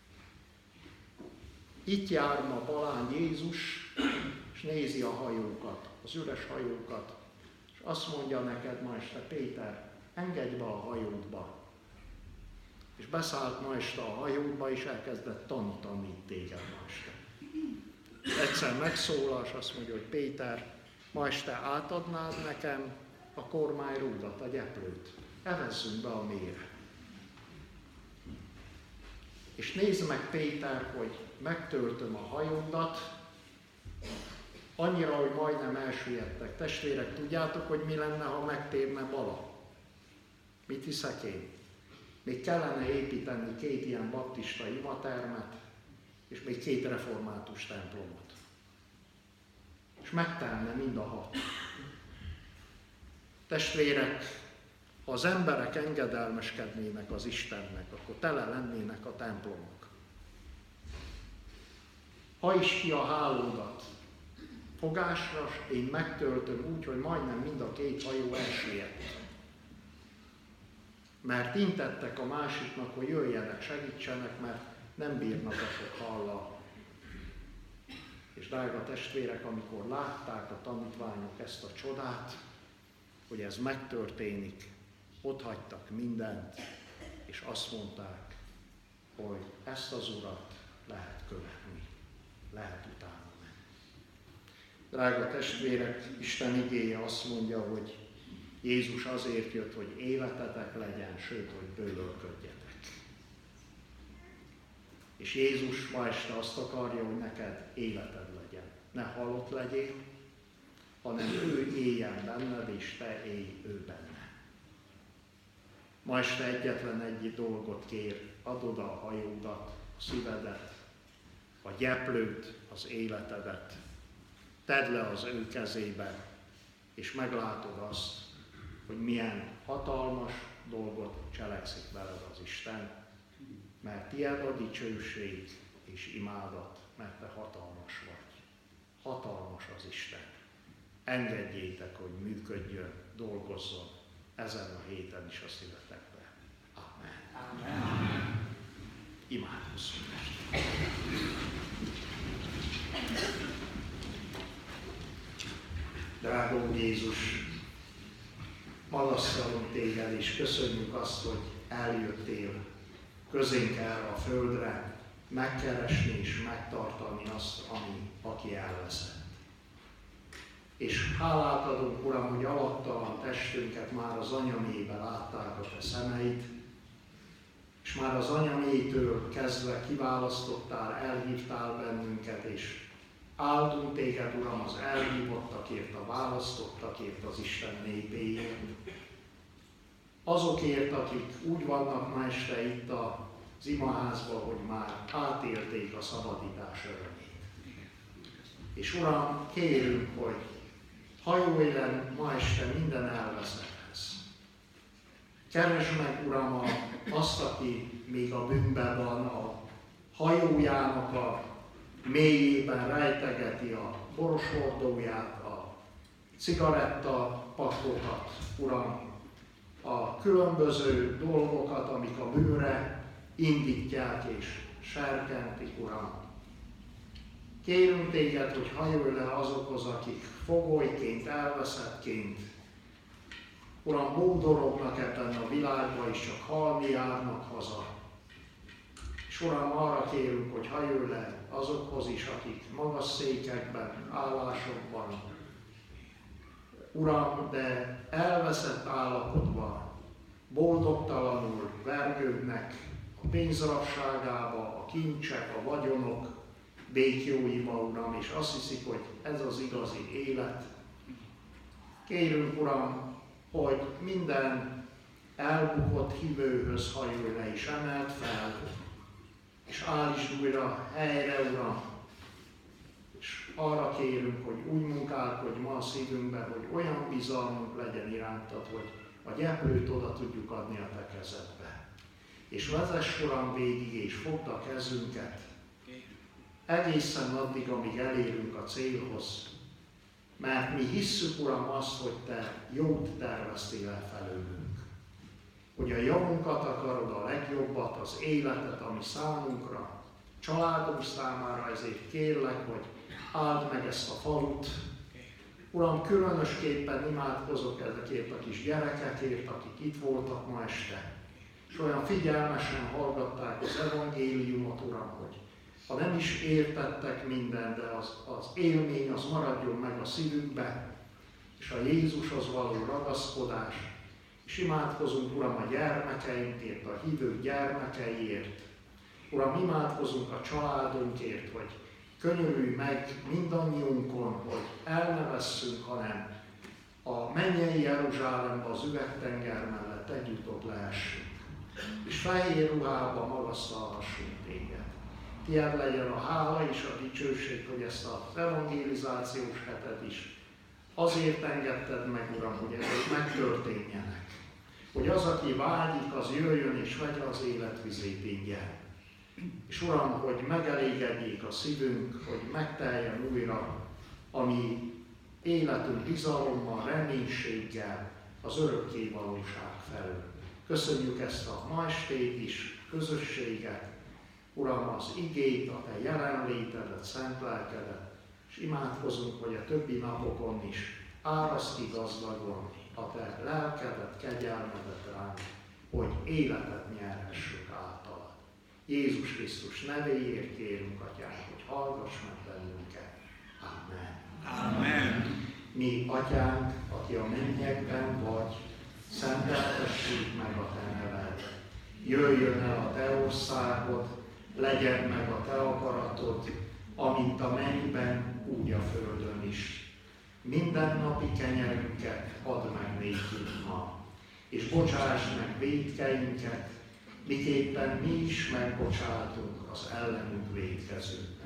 Itt jár ma Balány Jézus, és nézi a hajókat, az üres hajókat, és azt mondja neked ma este, Péter, engedj be a hajódba. És beszállt ma este a hajóba, és elkezdett tanítani téged ma este. Egyszer megszólal, és azt mondja, hogy Péter, ma este átadnád nekem a kormányrúdat, a gyeplőt. Evezzünk be a mélyre. És nézd meg, Péter, hogy megtöltöm a hajódat, annyira, hogy majdnem elsüllyedtek. Testvérek, tudjátok, hogy mi lenne, ha megtérne Bala? Mit hiszek én? Még kellene építeni két ilyen baptista imatermet, és még két református templomot. És megtelne mind a hat. Testvérek, ha az emberek engedelmeskednének az Istennek, akkor tele lennének a templomok. Hajtsd ki a hálódat fogásra, én megtöltöm úgy, hogy majdnem mind a két hajó elsüllyedt. Mert intettek a másiknak, hogy jöjjenek, segítsenek, mert nem bírnak a sok hallal. És drága testvérek, amikor látták a tanítványok ezt a csodát, hogy ez megtörténik, ott hagytak mindent, és azt mondták, hogy ezt az Urat lehet követni, lehet utána menni. Drága testvérek, Isten igéje azt mondja, hogy Jézus azért jött, hogy életetek legyen, sőt, hogy bővölködjetek. És Jézus ma este azt akarja, hogy neked életed legyen. Ne halott legyél, hanem ő éljen benned, és te élj ő benne. Ma este egyetlen egy dolgot kér, add oda a hajódat, a szívedet, a gyeplőt, az életedet. Tedd le az ő kezébe, és meglátod azt, hogy milyen hatalmas dolgot cselekszik veled az Isten, mert tiéd a dicsőség és imádat, mert te hatalmas vagy. Hatalmas az Isten. Engedjétek, hogy működjön, dolgozzon ezen a héten is a szívetekben. Amen. Amen. Imádkozzunk. Drága Úr Jézus, magasztalunk téged, és köszönjük azt, hogy eljöttél közénk erre a földre, megkeresni és megtartani azt, ami, aki elveszett. És hálát adunk, Uram, hogy alattalan testünket már az anyamébe látták a te szemeid, és már az anyamétől kezdve kiválasztottál, elhívtál bennünket, és áldunk téged, Uram, az elhívottakért, a választottakért, az Isten népéért. Azokért, akik úgy vannak ma este itt az imaházban, hogy már átélték a szabadítás örömét. És Uram, kérünk, hogy hajolj le ma este minden elveszetthez. Keresd meg, Uram, azt, aki még a bűnben van, a hajójának a mélyében rejtegeti a boroshordóját, a cigarettapakokat, Uram, a különböző dolgokat, amik a bűnre indítják és serkentik, Uram. Kérünk téged, hogy hajolj le azokhoz, akik fogolyként, elveszettként, Uram, bódorognak ebben a világban, és csak halni járnak haza. És Uram, arra kérünk, hogy hajolj le azokhoz is, akik magas székekben, állásokban, Uram, de elveszett állapotban, boldogtalanul vergődnek a pénzrasságába, a kincsek, a vagyonok békjóiba, Uram, és azt hiszik, hogy ez az igazi élet. Kérünk, Uram, hogy minden elbukott hívőhöz hajolj le és emelt fel, és állítsd újra helyre, Uram. És arra kérünk, hogy úgy munkálkodj ma a szívünkben, hogy olyan bizalmunk legyen irántad, hogy a gyeplőt oda tudjuk adni a te kezedbe. És vezess, Uram, végig, és fogd a kezünket, egészen addig, amíg elérünk a célhoz. Mert mi hisszük, Uram, azt, hogy te jót terveztél el felőlünk. Hogy a javunkat akarod, a legjobbat, az életet, ami számunkra, családunk számára, ezért kérlek, hogy áld meg ezt a falut. Uram, különösképpen imádkozok ezekért a kis gyerekekért, akik itt voltak ma este, és olyan figyelmesen hallgatták az evangéliumot, Uram, hogy ha nem is értettek mindent, de az, az élmény az maradjon meg a szívükbe, és a Jézushoz való ragaszkodás. És imádkozunk, Uram, a gyermekeinkért, a hívők gyermekeiért. Uram, imádkozunk a családunkért, hogy könyörülj meg mindannyiunkon, hogy el ne vesszünk, hanem a mennyei Jeruzsálembe, az üvegtenger mellett együtt ott lehessünk. És fehér ruhába magasztalhassunk téged. Tiéd legyen a hála és a dicsőség, hogy ezt az evangelizációs hetet is azért engedted meg, Uram, hogy ezek megtörténjenek. Hogy az, aki vágyik, az jöjjön és vegye az életvizét ingyen. És Uram, hogy megelégedjék a szívünk, hogy megteljen újra a mi életünk bizalommal, reménységgel az örökké valóság felől. Köszönjük ezt a ma estét is, közösséget, Uram, az igét, a te jelenlétedet, szent lelkedet, és imádkozunk, hogy a többi napokon is áraszt ki gazdagon a te lelkedet, kegyelmedet ránk, hogy életet nyerhessük általad. Jézus Krisztus nevéért kérünk, Atyánk, hogy hallgass meg bennünket. Amen. Amen. Mi, Atyánk, aki a mennyekben vagy, szenteltessék meg a te neved. Jöjjön el a te országod, legyen meg a te akaratod, amint a mennyben, úgy a földön is. Minden napi kenyerünket add meg nékünk ma, és bocsáss meg vétkeinket, miképpen mi is megbocsátunk az ellenünk vétkezőknek.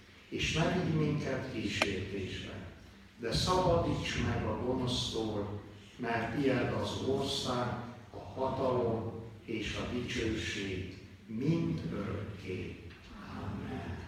És ne vigy minket kísértésbe, de szabadíts meg a gonosztól, mert tiéd az ország, a hatalom és a dicsőség mind örökké.